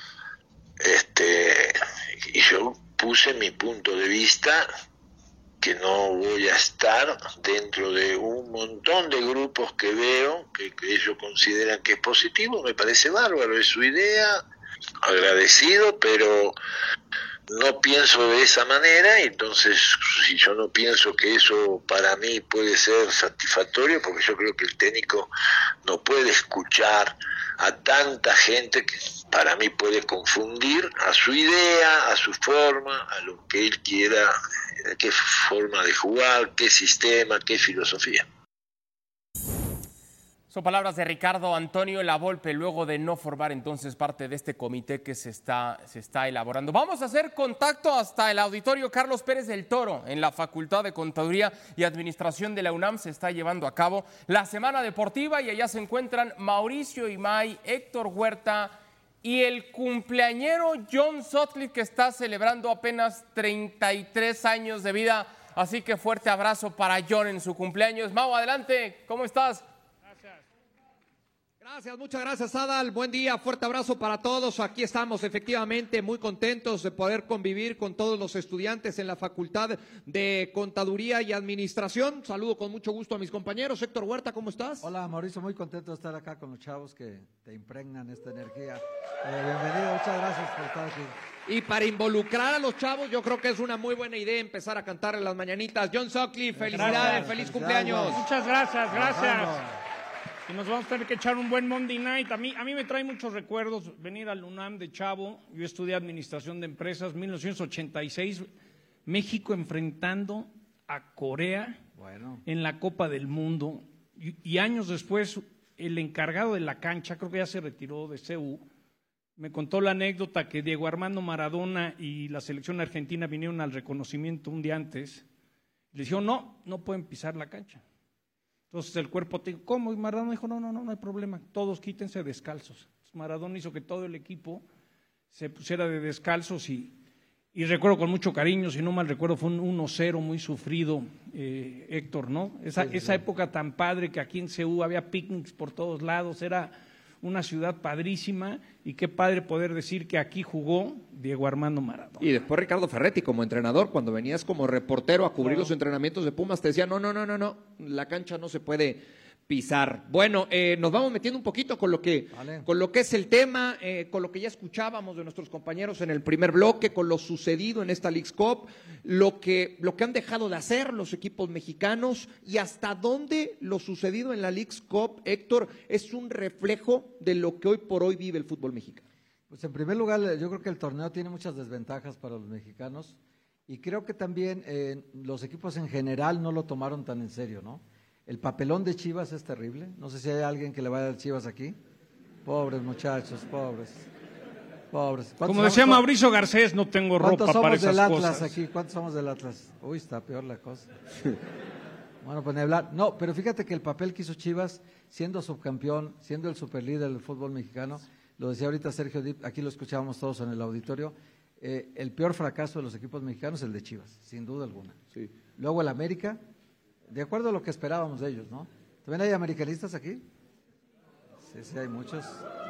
[SPEAKER 7] este, y yo puse mi punto de vista, que no voy a estar dentro de un montón de grupos que veo, que, que ellos consideran que es positivo. Me parece bárbaro, es su idea, agradecido, pero no pienso de esa manera. Entonces, si yo no pienso que eso para mí puede ser satisfactorio, porque yo creo que el técnico no puede escuchar a tanta gente que para mí puede confundir a su idea, a su forma, a lo que él quiera, qué forma de jugar, qué sistema, qué filosofía.
[SPEAKER 2] Son palabras de Ricardo Antonio Lavolpe luego de no formar entonces parte de este comité que se está, se está elaborando. Vamos a hacer contacto hasta el Auditorio Carlos Pérez del Toro en la Facultad de Contaduría y Administración de la UNAM. Se está llevando a cabo la Semana Deportiva y allá se encuentran Mauricio Imay, Héctor Huerta y el cumpleañero John Sutcliffe, que está celebrando apenas treinta y tres años de vida. Así que fuerte abrazo para John en su cumpleaños. Mau, adelante, ¿cómo estás?
[SPEAKER 8] Gracias, muchas gracias, Adal. Buen día, fuerte abrazo para todos. Aquí estamos efectivamente muy contentos de poder convivir con todos los estudiantes en la Facultad de Contaduría y Administración. Saludo con mucho gusto a mis compañeros. Héctor Huerta, ¿cómo estás?
[SPEAKER 9] Hola, Mauricio, muy contento de estar acá con los chavos que te impregnan esta energía. Eh, bienvenido, muchas gracias por estar aquí.
[SPEAKER 8] Y para involucrar a los chavos, yo creo que es una muy buena idea empezar a cantarle las mañanitas. John Sutcliffe, felicidades,
[SPEAKER 9] Gracias,
[SPEAKER 8] feliz
[SPEAKER 9] felicidades.
[SPEAKER 8] cumpleaños.
[SPEAKER 10] Muchas gracias, gracias.
[SPEAKER 9] Vamos.
[SPEAKER 10] Y nos vamos a tener que echar un buen Monday night. A mí, a mí me trae muchos recuerdos venir al UNAM de chavo. Yo estudié Administración de Empresas, mil novecientos ochenta y seis, México enfrentando a Corea
[SPEAKER 9] Bueno.
[SPEAKER 10] en la Copa del Mundo. Y, y años después, el encargado de la cancha, creo que ya se retiró de C U, me contó la anécdota que Diego Armando Maradona y la selección argentina vinieron al reconocimiento un día antes. Le dijeron, no, no pueden pisar la cancha. Entonces el cuerpo técnico, ¿cómo? Y Maradona dijo, no, no, no, no hay problema, todos quítense descalzos. Entonces Maradona hizo que todo el equipo se pusiera de descalzos y, y recuerdo con mucho cariño, si no mal recuerdo, fue un uno cero muy sufrido, eh, Héctor, ¿no? Esa, sí, sí. esa época tan padre que aquí en C U había picnics por todos lados, era una ciudad padrísima y qué padre poder decir que aquí jugó Diego Armando Maradona.
[SPEAKER 8] Y después Ricardo Ferretti como entrenador, cuando venías como reportero a cubrir no. los entrenamientos de Pumas, te decía, no, no, no, no, no, la cancha no se puede pisar. Bueno, eh, nos vamos metiendo un poquito con lo que, vale. con lo que es el tema, eh, con lo que ya escuchábamos de nuestros compañeros en el primer bloque, con lo sucedido en esta Leagues Cup, lo que, lo que han dejado de hacer los equipos mexicanos y hasta dónde lo sucedido en la Leagues Cup, Héctor, es un reflejo de lo que hoy por hoy vive el fútbol mexicano.
[SPEAKER 9] Pues en primer lugar, yo creo que el torneo tiene muchas desventajas para los mexicanos y creo que también eh, los equipos en general no lo tomaron tan en serio, ¿no? El papelón de Chivas es terrible. No sé si hay alguien que le vaya a dar Chivas aquí. Pobres muchachos, pobres. Pobres.
[SPEAKER 10] Como decía somos, Mauricio Garcés, no tengo ropa para esas cosas.
[SPEAKER 9] ¿Cuántos somos del Atlas aquí? ¿Cuántos somos del Atlas? Uy, está peor la cosa. Bueno, pues hablar. No, pero fíjate que el papel que hizo Chivas, siendo subcampeón, siendo el superlíder del fútbol mexicano, lo decía ahorita Sergio Dip, aquí lo escuchábamos todos en el auditorio, eh, el peor fracaso de los equipos mexicanos es el de Chivas, sin duda alguna. Sí. Luego el América, de acuerdo a lo que esperábamos de ellos, ¿no? ¿También hay americanistas aquí? Sí, sí, hay muchos.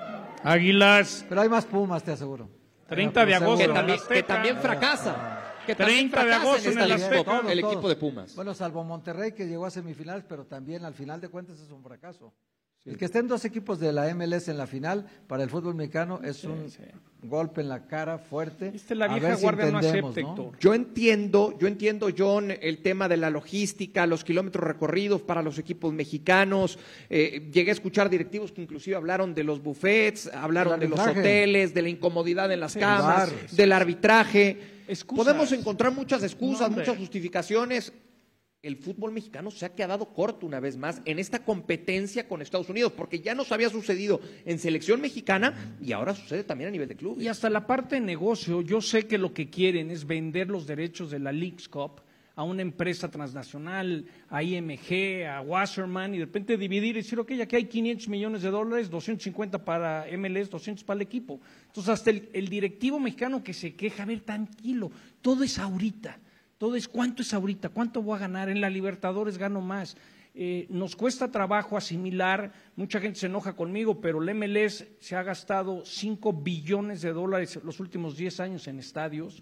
[SPEAKER 10] Águilas.
[SPEAKER 9] Pero hay más Pumas, te aseguro.
[SPEAKER 10] treinta de agosto.
[SPEAKER 8] Que también, que también fracasa. Ah. Que
[SPEAKER 10] treinta de agosto en el
[SPEAKER 8] Azteca, el equipo de Pumas.
[SPEAKER 9] Bueno, salvo Monterrey, que llegó a semifinales, pero también al final de cuentas es un fracaso. Sí. El que estén dos equipos de la M L S en la final para el fútbol mexicano es sí, un sí. golpe en la cara fuerte.
[SPEAKER 10] Viste, la vieja guardia si no acepta, ¿no?
[SPEAKER 8] Yo entiendo, yo entiendo, John, el tema de la logística, los kilómetros recorridos para los equipos mexicanos. Eh, llegué a escuchar directivos que inclusive hablaron de los buffets, hablaron de los hoteles, de la incomodidad en las sí, camas, claro. del arbitraje. Excusas. Podemos encontrar muchas excusas, no, muchas justificaciones. El fútbol mexicano se ha quedado corto una vez más en esta competencia con Estados Unidos, porque ya nos había sucedido en selección mexicana y ahora sucede también a nivel de clubes.
[SPEAKER 10] Y hasta la parte de negocio, yo sé que lo que quieren es vender los derechos de la Leagues Cup a una empresa transnacional, a I M G, a Wasserman, y de repente dividir y decir, ok, aquí hay quinientos millones de dólares, doscientos cincuenta para M L S, doscientos para el equipo. Entonces, hasta el, el directivo mexicano que se queja, a ver, tranquilo, todo es ahorita. Todo es cuánto es ahorita, cuánto voy a ganar, en la Libertadores gano más. Eh, nos cuesta trabajo asimilar, mucha gente se enoja conmigo, pero el M L S se ha gastado cinco billones de dólares los últimos diez años en estadios,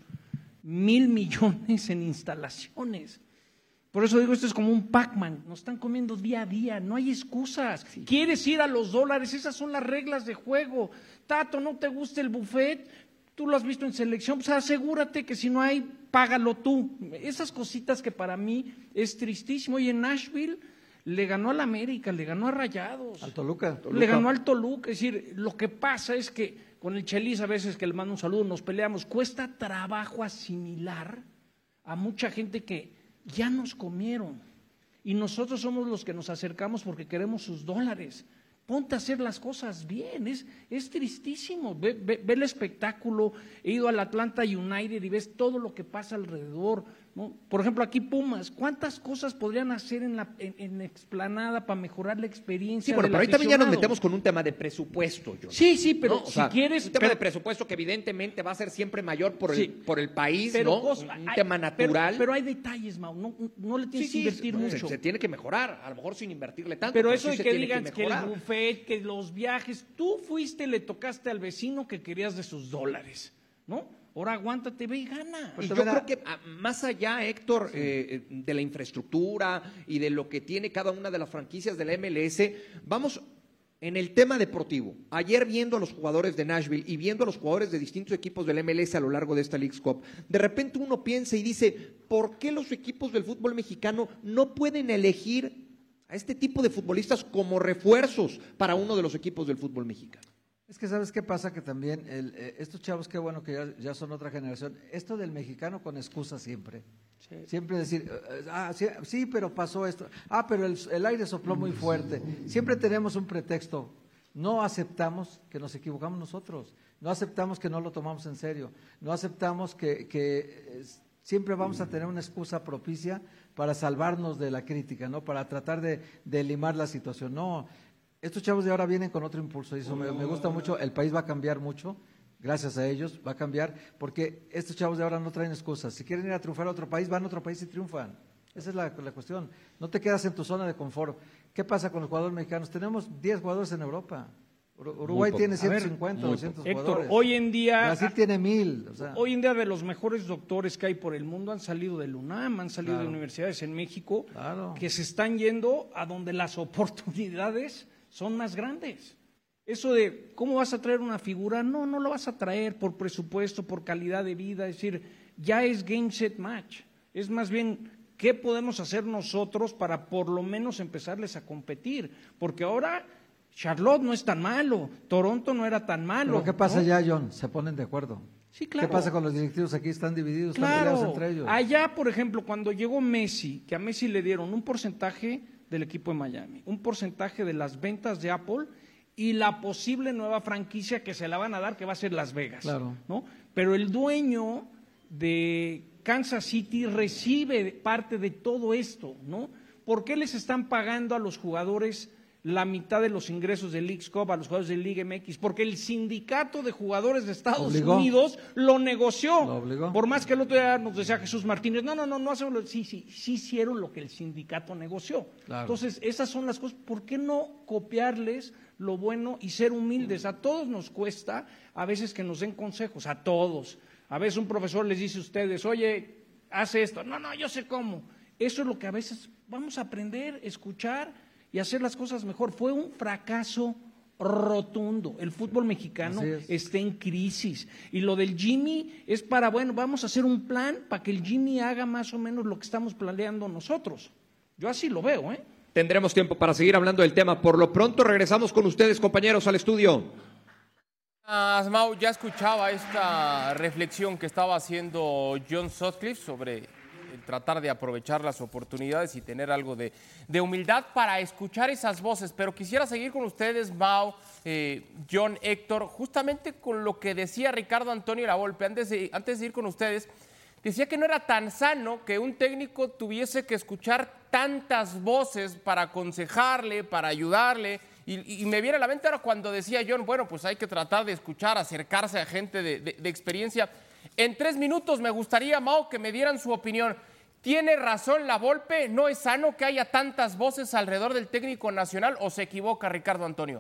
[SPEAKER 10] mil millones en instalaciones. Por eso digo, esto es como un Pac-Man, nos están comiendo día a día, no hay excusas. Sí. ¿Quieres ir a los dólares? Esas son las reglas de juego. Tato, ¿no te gusta el buffet? Tú lo has visto en selección, pues asegúrate que si no hay, págalo tú. Esas cositas que para mí es tristísimo. Y en Nashville le ganó al América, le ganó a Rayados.
[SPEAKER 9] Al Toluca. Toluca.
[SPEAKER 10] Le ganó al Toluca. Es decir, lo que pasa es que con el Chelis a veces que le mando un saludo, nos peleamos. Cuesta trabajo asimilar a mucha gente que ya nos comieron. Y nosotros somos los que nos acercamos porque queremos sus dólares. Ponte a hacer las cosas bien, es, es tristísimo, ve, ve, ve el espectáculo, he ido al Atlanta United y ves todo lo que pasa alrededor, ¿no? Por ejemplo, aquí Pumas, ¿cuántas cosas podrían hacer en la en, en explanada para mejorar la experiencia?
[SPEAKER 8] Sí, bueno,
[SPEAKER 10] del
[SPEAKER 8] pero ahí también ya nos
[SPEAKER 10] aficionado?
[SPEAKER 8] metemos con un tema de presupuesto, John.
[SPEAKER 10] Sí, sí, pero
[SPEAKER 8] ¿no? O
[SPEAKER 10] si
[SPEAKER 8] sea,
[SPEAKER 10] quieres…
[SPEAKER 8] un tema
[SPEAKER 10] pero,
[SPEAKER 8] de presupuesto que evidentemente va a ser siempre mayor por,
[SPEAKER 10] sí,
[SPEAKER 8] el, por el país,
[SPEAKER 10] pero
[SPEAKER 8] ¿no?
[SPEAKER 10] Cosa,
[SPEAKER 8] un
[SPEAKER 10] hay,
[SPEAKER 8] tema natural.
[SPEAKER 10] Pero, pero hay detalles, Mau, no, no le tienes
[SPEAKER 8] sí,
[SPEAKER 10] que
[SPEAKER 8] sí,
[SPEAKER 10] invertir
[SPEAKER 8] se,
[SPEAKER 10] mucho.
[SPEAKER 8] Se, se tiene que mejorar, a lo mejor sin invertirle tanto.
[SPEAKER 10] Pero,
[SPEAKER 8] pero
[SPEAKER 10] eso
[SPEAKER 8] sí
[SPEAKER 10] de
[SPEAKER 8] se
[SPEAKER 10] que
[SPEAKER 8] tiene
[SPEAKER 10] digan
[SPEAKER 8] que,
[SPEAKER 10] que el
[SPEAKER 8] mejorar.
[SPEAKER 10] buffet, que los viajes, tú fuiste y le tocaste al vecino que querías de sus dólares, ¿no? Ahora aguántate, ve y gana.
[SPEAKER 8] Y yo creo que más allá, Héctor, sí. eh, de la infraestructura y de lo que tiene cada una de las franquicias de la M L S, vamos en el tema deportivo. Ayer viendo a los jugadores de Nashville y viendo a los jugadores de distintos equipos de la M L S a lo largo de esta Leagues Cup, de repente uno piensa y dice, ¿por qué los equipos del fútbol mexicano no pueden elegir a este tipo de futbolistas como refuerzos para uno de los equipos del fútbol mexicano?
[SPEAKER 9] Es que ¿sabes qué pasa? Que también el, eh, estos chavos, qué bueno que ya, ya son otra generación, esto del mexicano con excusa siempre. Sí. Siempre decir, ah, sí, sí, pero pasó esto. Ah, pero el, el aire sopló muy fuerte. Siempre tenemos un pretexto. No aceptamos que nos equivocamos nosotros. No aceptamos que no lo tomamos en serio. No aceptamos que, que siempre vamos a tener una excusa propicia para salvarnos de la crítica, ¿no? Para tratar de, de limar la situación. No, estos chavos de ahora vienen con otro impulso y eso me, me gusta mucho. El país va a cambiar mucho. Gracias a ellos va a cambiar, porque estos chavos de ahora no traen excusas. Si quieren ir a triunfar a otro país, van a otro país y triunfan. Esa es la, la cuestión. No te quedas en tu zona de confort. ¿Qué pasa con los jugadores mexicanos? Tenemos diez jugadores en Europa. Uruguay tiene ciento cincuenta, doscientos jugadores.
[SPEAKER 10] Héctor, hoy en día…
[SPEAKER 9] Brasil tiene mil. O sea.
[SPEAKER 10] Hoy en día de los mejores doctores que hay por el mundo han salido del UNAM, han salido
[SPEAKER 9] Claro.
[SPEAKER 10] de universidades en México,
[SPEAKER 9] Claro.
[SPEAKER 10] que se están yendo a donde las oportunidades son más grandes. Eso de, ¿cómo vas a traer una figura? No, no lo vas a traer por presupuesto, por calidad de vida, es decir, ya es game, set, match. Es más bien, ¿qué podemos hacer nosotros para por lo menos empezarles a competir? Porque ahora Charlotte no es tan malo, Toronto no era tan malo.
[SPEAKER 9] ¿Pero qué pasa
[SPEAKER 10] ¿no?
[SPEAKER 9] ya, John? Se ponen de acuerdo.
[SPEAKER 10] Sí, claro.
[SPEAKER 9] ¿Qué pasa con los directivos aquí? Están divididos, están
[SPEAKER 10] Claro,
[SPEAKER 9] peleados entre ellos.
[SPEAKER 10] allá, por ejemplo, cuando llegó Messi, que a Messi le dieron un porcentaje del equipo de Miami, un porcentaje de las ventas de Apple y la posible nueva franquicia que se la van a dar, que va a ser Las Vegas.
[SPEAKER 9] Claro.
[SPEAKER 10] ¿no? Pero el dueño de Kansas City recibe parte de todo esto, ¿no? ¿Por qué les están pagando a los jugadores la mitad de los ingresos de Leagues Cup, a los jugadores de Liga M X? Porque el sindicato de jugadores de Estados
[SPEAKER 9] Obligó.
[SPEAKER 10] Unidos lo negoció.
[SPEAKER 9] Lo obligó.
[SPEAKER 10] Por más que el otro día nos decía Jesús Martínez, no, no, no, no hacemos lo… Sí, sí, sí hicieron lo que el sindicato negoció.
[SPEAKER 9] Claro.
[SPEAKER 10] Entonces, esas son las cosas. ¿Por qué no copiarles lo bueno y ser humildes? A todos nos cuesta a veces que nos den consejos, a todos. A veces un profesor les dice a ustedes, oye, hace esto. No, no, yo sé cómo. Eso es lo que a veces vamos a aprender, escuchar y hacer las cosas mejor. Fue un fracaso rotundo. El fútbol mexicano
[SPEAKER 9] Así es.
[SPEAKER 10] está en crisis. Y lo del Jimmy es para, bueno, vamos a hacer un plan para que el Jimmy haga más o menos lo que estamos planeando nosotros. Yo así lo veo, ¿eh?
[SPEAKER 8] Tendremos tiempo para seguir hablando del tema. Por lo pronto regresamos con ustedes, compañeros, al estudio.
[SPEAKER 2] Asmau, ya escuchaba esta reflexión que estaba haciendo John Sutcliffe sobre el tratar de aprovechar las oportunidades y tener algo de, de humildad para escuchar esas voces, pero quisiera seguir con ustedes, Mau, eh, John, Héctor, justamente con lo que decía Ricardo Antonio Lavolpe, antes de, antes de ir con ustedes, decía que no era tan sano que un técnico tuviese que escuchar tantas voces para aconsejarle, para ayudarle. Y, y me viene a la mente ahora cuando decía John, bueno, pues hay que tratar de escuchar, acercarse a gente de, de, de experiencia. En tres minutos me gustaría, Mau, que me dieran su opinión. ¿Tiene razón Lavolpe? ¿No es sano que haya tantas voces alrededor del técnico nacional o se equivoca Ricardo Antonio?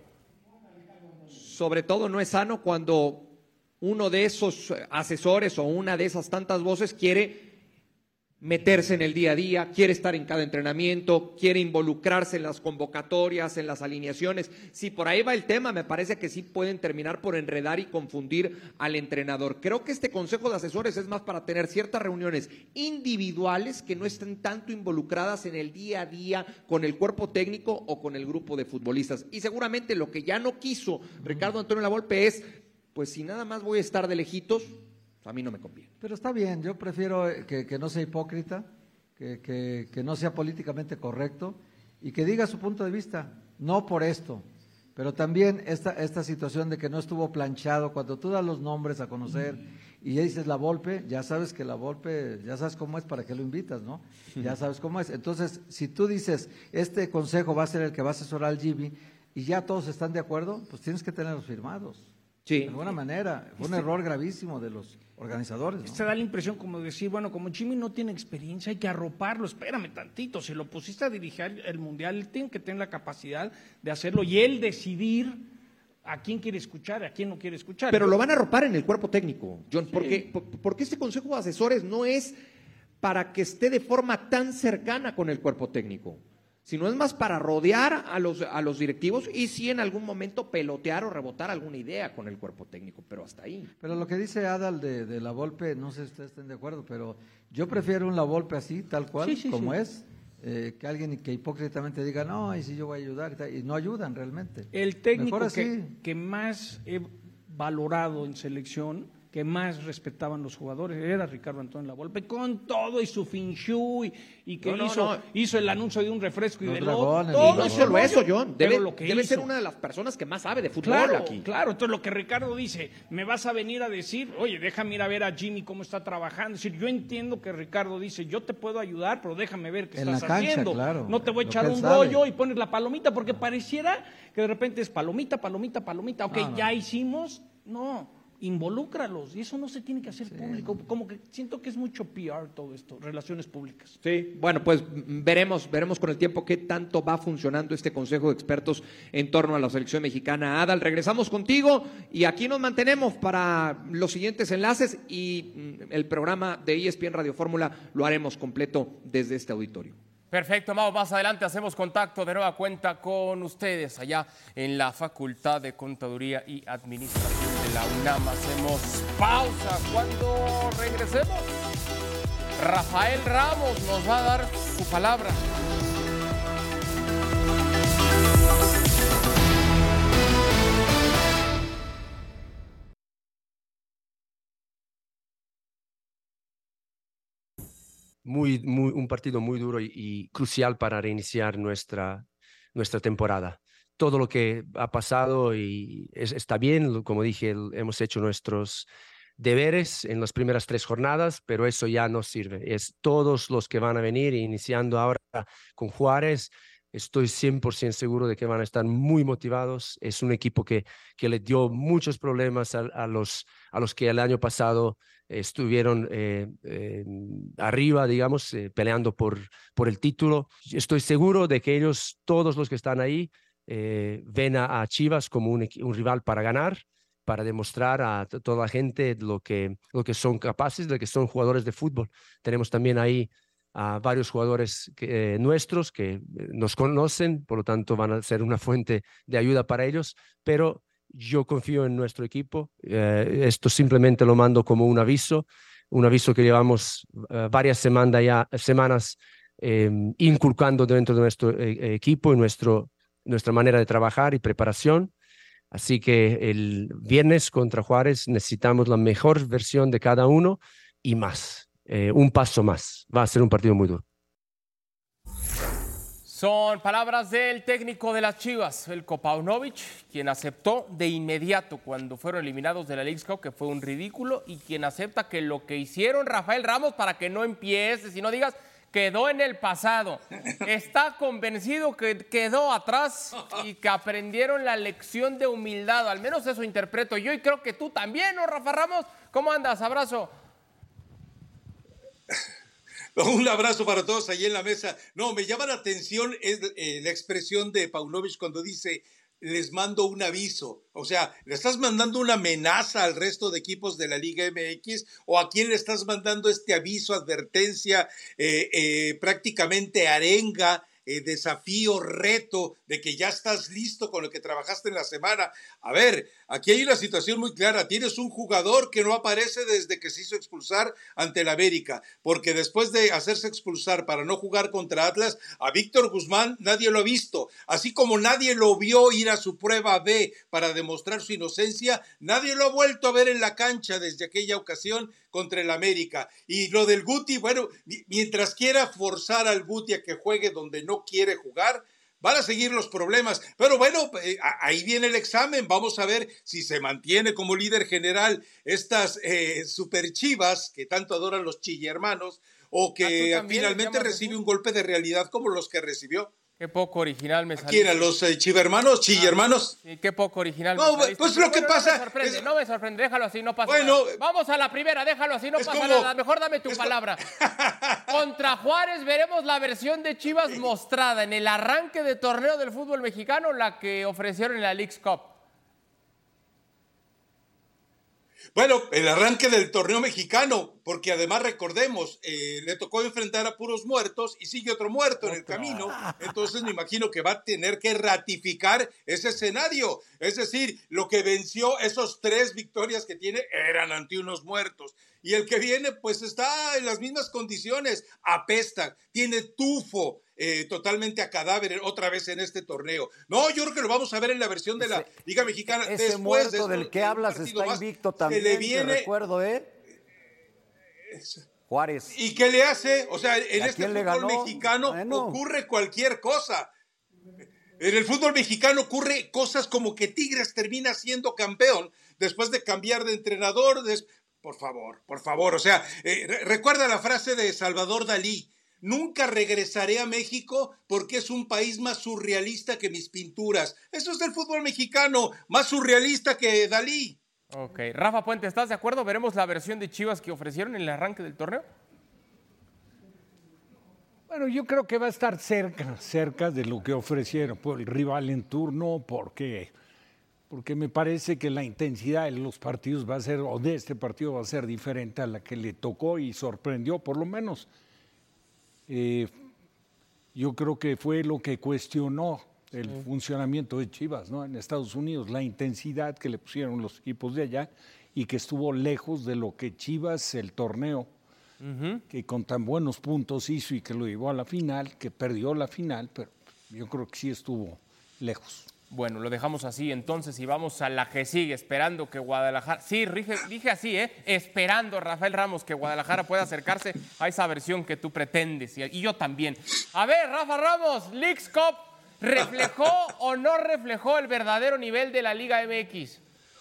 [SPEAKER 8] Sobre todo no es sano cuando uno de esos asesores o una de esas tantas voces quiere meterse en el día a día, quiere estar en cada entrenamiento, quiere involucrarse en las convocatorias, en las alineaciones. Si por ahí va el tema, me parece que sí pueden terminar por enredar y confundir al entrenador. Creo que este consejo de asesores es más para tener ciertas reuniones individuales que no estén tanto involucradas en el día a día con el cuerpo técnico o con el grupo de futbolistas. Y seguramente lo que ya no quiso Ricardo Antonio Lavolpe es, pues si nada más voy a estar de lejitos, a mí no me conviene.
[SPEAKER 9] Pero está bien, yo prefiero que, que no sea hipócrita, que, que, que no sea políticamente correcto y que diga su punto de vista, no por esto, pero también esta, esta situación de que no estuvo planchado, cuando tú das los nombres a conocer y ya dices Lavolpe, ya sabes que Lavolpe, ya sabes cómo es, para qué lo invitas, ¿no? Ya sabes cómo es. Entonces, si tú dices, este consejo va a ser el que va a asesorar al Jimmy y ya todos están de acuerdo, pues tienes que tenerlos firmados.
[SPEAKER 8] Sí.
[SPEAKER 9] De alguna manera, fue un error gravísimo de los organizadores, ¿no?
[SPEAKER 10] Se da la impresión como decir, bueno, como Jimmy no tiene experiencia, hay que arroparlo, espérame tantito, si lo pusiste a dirigir el Mundial, él tiene que tener la capacidad de hacerlo y él decidir a quién quiere escuchar, a quién no quiere escuchar.
[SPEAKER 8] Pero lo van a arropar en el cuerpo técnico, John, sí. porque, porque este consejo de asesores no es para que esté de forma tan cercana con el cuerpo técnico, sino es más para rodear a los, a los directivos y sí en algún momento pelotear o rebotar alguna idea con el cuerpo técnico, pero hasta ahí.
[SPEAKER 9] Pero lo que dice Adal de, de Lavolpe, no sé si ustedes estén de acuerdo, pero yo prefiero un Lavolpe así, tal cual,
[SPEAKER 10] sí, sí,
[SPEAKER 9] como
[SPEAKER 10] sí.
[SPEAKER 9] es, eh, que alguien que hipócritamente diga, no, y si yo voy a ayudar, y, tal, y no ayudan realmente.
[SPEAKER 10] El técnico
[SPEAKER 9] Mejor así.
[SPEAKER 10] que, que más he valorado en selección, que más respetaban los jugadores era Ricardo Antonio Lavolpe, con todo y su finchu y, y que
[SPEAKER 8] no, no,
[SPEAKER 10] hizo,
[SPEAKER 8] no.
[SPEAKER 10] hizo el anuncio de un refresco y
[SPEAKER 9] Los
[SPEAKER 10] de lo
[SPEAKER 9] dragones,
[SPEAKER 10] todo
[SPEAKER 9] los
[SPEAKER 8] No
[SPEAKER 10] ese
[SPEAKER 8] solo
[SPEAKER 10] rollo,
[SPEAKER 8] eso, John.
[SPEAKER 10] pero
[SPEAKER 8] Debe,
[SPEAKER 10] lo que
[SPEAKER 8] debe
[SPEAKER 10] hizo.
[SPEAKER 8] ser una de las personas que más sabe de fútbol
[SPEAKER 10] Claro,
[SPEAKER 8] aquí.
[SPEAKER 10] claro. Entonces lo que Ricardo dice, me vas a venir a decir, oye, déjame ir a ver a Jimmy cómo está trabajando. Es decir, yo entiendo que Ricardo dice, yo te puedo ayudar, pero déjame ver qué
[SPEAKER 9] En
[SPEAKER 10] estás
[SPEAKER 9] la cancha,
[SPEAKER 10] haciendo.
[SPEAKER 9] claro,
[SPEAKER 10] No te voy a
[SPEAKER 9] lo
[SPEAKER 10] echar
[SPEAKER 9] que él
[SPEAKER 10] un
[SPEAKER 9] sabe.
[SPEAKER 10] rollo y pones la palomita, porque pareciera que de repente es palomita, palomita, palomita. Ok,
[SPEAKER 9] No, no.
[SPEAKER 10] ya hicimos. No, involúcralos. Y eso no se tiene que hacer público. Como que siento que es mucho P R todo esto, relaciones públicas.
[SPEAKER 8] Sí, bueno, pues mm, veremos, veremos con el tiempo qué tanto va funcionando este Consejo de Expertos en torno a la selección mexicana. Adal, regresamos contigo y aquí nos mantenemos para los siguientes enlaces y mm, el programa de E S P N Radio Fórmula lo haremos completo desde este auditorio.
[SPEAKER 2] Perfecto, Mau, más adelante hacemos contacto de nueva cuenta con ustedes allá en la Facultad de Contaduría y Administración de la UNAM. Hacemos pausa. Cuando regresemos, Rafael Ramos nos va a dar su palabra.
[SPEAKER 11] Muy, muy, un partido muy duro y, y crucial para reiniciar nuestra, nuestra temporada. Todo lo que ha pasado y es, está bien, como dije, el, hemos hecho nuestros deberes en las primeras tres jornadas, pero eso ya no sirve. Es todos los que van a venir, iniciando ahora con Juárez, estoy cien por ciento seguro de que van a estar muy motivados. Es un equipo que, que le dio muchos problemas a, a, los, a los que el año pasado estuvieron eh, eh, arriba, digamos, eh, peleando por, por el título. Estoy seguro de que ellos, todos los que están ahí, eh, ven a, a Chivas como un, un rival para ganar, para demostrar a toda la gente lo que, lo que son capaces, de que son jugadores de fútbol. Tenemos también ahí a varios jugadores que, eh, nuestros que nos conocen, por lo tanto van a ser una fuente de ayuda para ellos, pero yo confío en nuestro equipo. Eh, esto simplemente lo mando como un aviso, un aviso que llevamos uh, varias semana ya, semanas eh, inculcando dentro de nuestro eh, equipo y nuestro, nuestra manera de trabajar y preparación. Así que el viernes contra Juárez necesitamos la mejor versión de cada uno y más, eh, un paso más. Va a ser un partido muy duro.
[SPEAKER 2] Son palabras del técnico de las Chivas, Veljko Paunovic, quien aceptó de inmediato cuando fueron eliminados de la Leagues Cup que fue un ridículo y quien acepta que lo que hicieron Rafael Ramos, para que no empieces y no digas, quedó en el pasado. Está convencido que quedó atrás y que aprendieron la lección de humildad. Al menos eso interpreto yo y creo que tú también, ¿no, Rafa Ramos? ¿Cómo andas? Abrazo.
[SPEAKER 12] Un abrazo para todos allí en la mesa. No, me llama la atención es, eh, la expresión de Paunovic cuando dice, les mando un aviso. O sea, ¿le estás mandando una amenaza al resto de equipos de la Liga M X? ¿O a quién le estás mandando este aviso, advertencia, eh, eh, prácticamente arenga, eh, desafío, reto, de que ya estás listo con lo que trabajaste en la semana? A ver, aquí hay una situación muy clara. Tienes un jugador que no aparece desde que se hizo expulsar ante el América, porque después de hacerse expulsar para no jugar contra Atlas, a Víctor Guzmán nadie lo ha visto. Así como nadie lo vio ir a su prueba B para demostrar su inocencia, nadie lo ha vuelto a ver en la cancha desde aquella ocasión contra el América. Y lo del Guti, bueno, mientras quiera forzar al Guti a que juegue donde no quiere jugar, van a seguir los problemas, pero bueno, eh, ahí viene el examen. Vamos a ver si se mantiene como líder general estas eh, super Chivas que tanto adoran los chillermanos, o que finalmente recibe un golpe de realidad como los que recibió.
[SPEAKER 2] Qué poco original me salió.
[SPEAKER 12] ¿Quién? ¿A los eh, chivermanos, chillermanos?
[SPEAKER 2] Ah, sí, qué poco original
[SPEAKER 12] no,
[SPEAKER 2] me saliste.
[SPEAKER 12] Pues lo
[SPEAKER 2] bueno,
[SPEAKER 12] que
[SPEAKER 2] no
[SPEAKER 12] pasa...
[SPEAKER 2] Me sorprende,
[SPEAKER 12] es...
[SPEAKER 2] no me sorprende, déjalo así, no pasa
[SPEAKER 12] bueno,
[SPEAKER 2] nada. Vamos a la primera, déjalo así, no pasa
[SPEAKER 12] como...
[SPEAKER 2] nada. Mejor dame tu
[SPEAKER 12] es
[SPEAKER 2] palabra. Contra Juárez veremos la versión de Chivas mostrada en el arranque de torneo del fútbol mexicano, la que ofrecieron en la Leagues Cup.
[SPEAKER 12] Bueno, el arranque del torneo mexicano, porque además recordemos, eh, le tocó enfrentar a puros muertos y sigue otro muerto en el camino, entonces me imagino que va a tener que ratificar ese escenario, es decir, lo que venció, esos tres victorias que tiene eran ante unos muertos, y el que viene pues está en las mismas condiciones, apesta, tiene tufo, eh, totalmente a cadáver otra vez en este torneo. No, yo creo que lo vamos a ver en la versión de la ese, Liga Mexicana.
[SPEAKER 3] Ese
[SPEAKER 12] Después
[SPEAKER 3] muerto
[SPEAKER 12] de esto,
[SPEAKER 3] del que hablas está invicto también,
[SPEAKER 12] le viene,
[SPEAKER 3] te recuerdo, ¿eh? Juárez.
[SPEAKER 12] ¿Y qué le hace? O sea, en este fútbol
[SPEAKER 3] ganó?
[SPEAKER 12] mexicano
[SPEAKER 3] bueno.
[SPEAKER 12] ocurre cualquier cosa. En el fútbol mexicano ocurre cosas como que Tigres termina siendo campeón después de cambiar de entrenador. Des... Por favor, por favor. O sea, eh, recuerda la frase de Salvador Dalí. Nunca regresaré a México porque es un país más surrealista que mis pinturas. Eso es el fútbol mexicano, más surrealista que Dalí.
[SPEAKER 2] Ok. Rafa Puente, ¿estás de acuerdo? ¿Veremos la versión de Chivas que ofrecieron en el arranque del torneo?
[SPEAKER 5] Bueno, yo creo que va a estar cerca, cerca de lo que ofrecieron por el rival en turno, porque, porque me parece que la intensidad de los partidos va a ser, o de este partido va a ser diferente a la que le tocó y sorprendió, por lo menos. Eh, yo creo que fue lo que cuestionó el sí. funcionamiento de Chivas, ¿no? En Estados Unidos, la intensidad que le pusieron los equipos de allá y que estuvo lejos de lo que Chivas, el torneo, uh-huh. que con tan buenos puntos hizo y que lo llevó a la final, que perdió la final, pero yo creo que sí estuvo lejos.
[SPEAKER 2] Bueno, lo dejamos así entonces y vamos a la que sigue, esperando que Guadalajara... Sí, dije, dije así, ¿eh? Esperando, Rafael Ramos, que Guadalajara pueda acercarse a esa versión que tú pretendes, y, y yo también. A ver, Rafa Ramos, Leagues Cup, ¿reflejó o no reflejó el verdadero nivel de la Liga M X?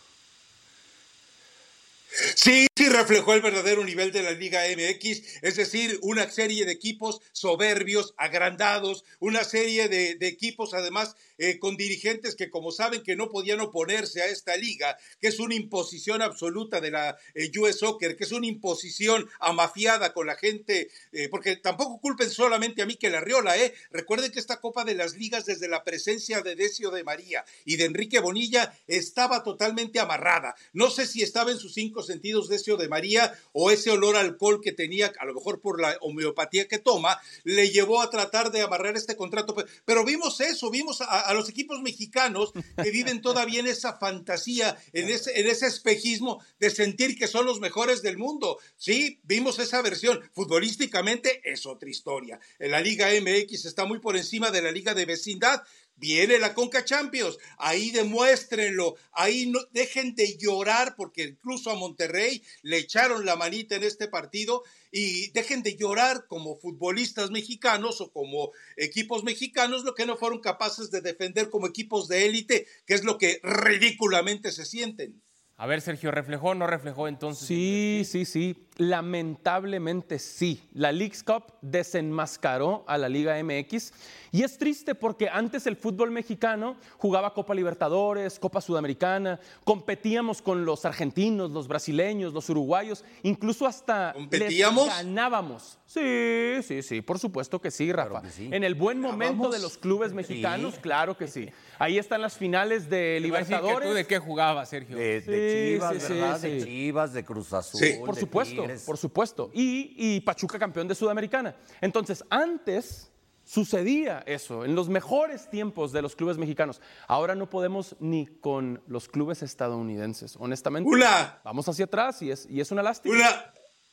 [SPEAKER 12] Sí, sí reflejó el verdadero nivel de la Liga M X, es decir, una serie de equipos soberbios, agrandados, una serie de, de equipos además eh, con dirigentes que como saben que no podían oponerse a esta liga, que es una imposición absoluta de la eh, U S Soccer, que es una imposición amafiada con la gente, eh, porque tampoco culpen solamente a Mikel Arriola, ¿eh? Recuerden que esta Copa de las Ligas desde la presencia de Decio de María y de Enrique Bonilla estaba totalmente amarrada. No sé si estaba en sus cinco sentidos Decio de María o ese olor a alcohol que tenía, a lo mejor por la homeopatía que toma, le llevó a tratar de amarrar este contrato. Pero vimos eso, vimos a, a los equipos mexicanos que viven todavía en esa fantasía, en ese, en ese espejismo de sentir que son los mejores del mundo. Sí, vimos esa versión. Futbolísticamente es otra historia. En la Liga M X está muy por encima de la Liga de Vecindad. Viene la Conca Champions, ahí demuéstrenlo, ahí no, dejen de llorar porque incluso a Monterrey le echaron la manita en este partido y dejen de llorar como futbolistas mexicanos o como equipos mexicanos lo que no fueron capaces de defender como equipos de élite, que es lo que ridículamente se sienten.
[SPEAKER 2] A ver, Sergio, ¿reflejó o no reflejó entonces?
[SPEAKER 4] Sí, sí, sí. Lamentablemente sí. La Leagues Cup desenmascaró a la Liga M X y es triste porque antes el fútbol mexicano jugaba Copa Libertadores, Copa Sudamericana, competíamos con los argentinos, los brasileños, los uruguayos, incluso hasta
[SPEAKER 12] ¿competíamos?
[SPEAKER 4] Les ganábamos. Sí, sí, sí, por supuesto que sí, Rafa. Claro que sí. En el buen momento ¿Ganábamos? De los clubes mexicanos, sí. Claro que sí. Ahí están las finales de Libertadores.
[SPEAKER 2] Que ¿Tú de qué jugabas, Sergio?
[SPEAKER 3] De, de Chivas, sí, sí, ¿verdad? Sí, sí. De Chivas, de Cruz Azul,
[SPEAKER 4] sí. Por
[SPEAKER 3] de
[SPEAKER 4] supuesto,
[SPEAKER 3] Tigres.
[SPEAKER 4] Por supuesto. Y, y Pachuca campeón de Sudamericana. Entonces, antes sucedía eso, en los mejores tiempos de los clubes mexicanos. Ahora no podemos ni con los clubes estadounidenses, honestamente.
[SPEAKER 12] Una.
[SPEAKER 4] Vamos hacia atrás y es, y es una lástima.
[SPEAKER 12] Una.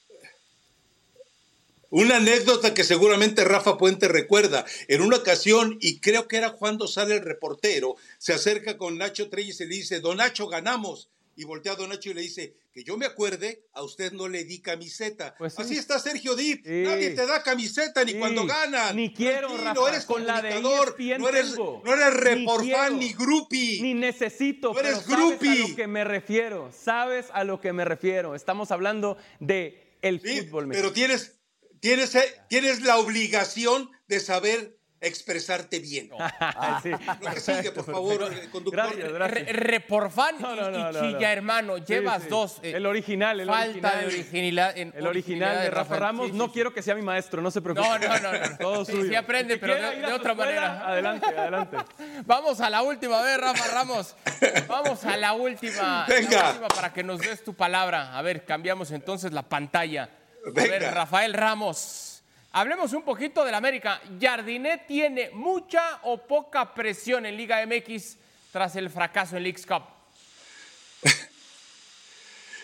[SPEAKER 12] Una anécdota que seguramente Rafa Puente recuerda. En una ocasión, y creo que era Juan Dosal el reportero, se acerca con Nacho Treyes y le dice, don Nacho, ganamos. Y voltea a don Nacho y le dice, que yo me acuerde, a usted no le di camiseta. Pues sí. Así está Sergio Dip. Sí. Nadie te da camiseta ni sí. cuando ganan.
[SPEAKER 4] Ni quiero,
[SPEAKER 12] Tranquilo,
[SPEAKER 4] Rafa.
[SPEAKER 12] Eres
[SPEAKER 4] con la de E S P N
[SPEAKER 12] no eres,
[SPEAKER 4] tengo.
[SPEAKER 12] no eres reporfan ni, ni groupie.
[SPEAKER 4] Ni necesito.
[SPEAKER 12] No eres
[SPEAKER 4] pero
[SPEAKER 12] groupie.
[SPEAKER 4] Sabes a lo que me refiero. Sabes a lo que me refiero. Estamos hablando de el
[SPEAKER 12] sí,
[SPEAKER 4] fútbol mexicano.
[SPEAKER 12] Pero tienes, tienes, tienes la obligación de saber expresarte bien. No. Ah, sí. Lo que sigue, por favor, el conductor.
[SPEAKER 4] Gracias, gracias.
[SPEAKER 2] Re, Reporfan no, no, no, y Chilla, no, no. hermano, llevas sí, sí. dos.
[SPEAKER 4] Eh, el original, el
[SPEAKER 2] falta
[SPEAKER 4] original.
[SPEAKER 2] de originalidad. En
[SPEAKER 4] el original de, de Rafa Ramos. Sí, sí, no sí. quiero que sea mi maestro, no se preocupe.
[SPEAKER 2] No, no, no. no.
[SPEAKER 4] Todo
[SPEAKER 2] sí,
[SPEAKER 4] suyo.
[SPEAKER 2] Sí aprende, pero de, de otra manera.
[SPEAKER 4] Adelante, adelante.
[SPEAKER 2] Vamos a la última vez, Rafa Ramos. Vamos a la última.
[SPEAKER 12] Venga.
[SPEAKER 2] La última para que nos des tu palabra. A ver, cambiamos entonces la pantalla.
[SPEAKER 12] Venga.
[SPEAKER 2] A ver, Rafael Ramos. Hablemos un poquito del América. ¿Jardiné tiene mucha o poca presión en Liga M X tras el fracaso en Leagues Cup?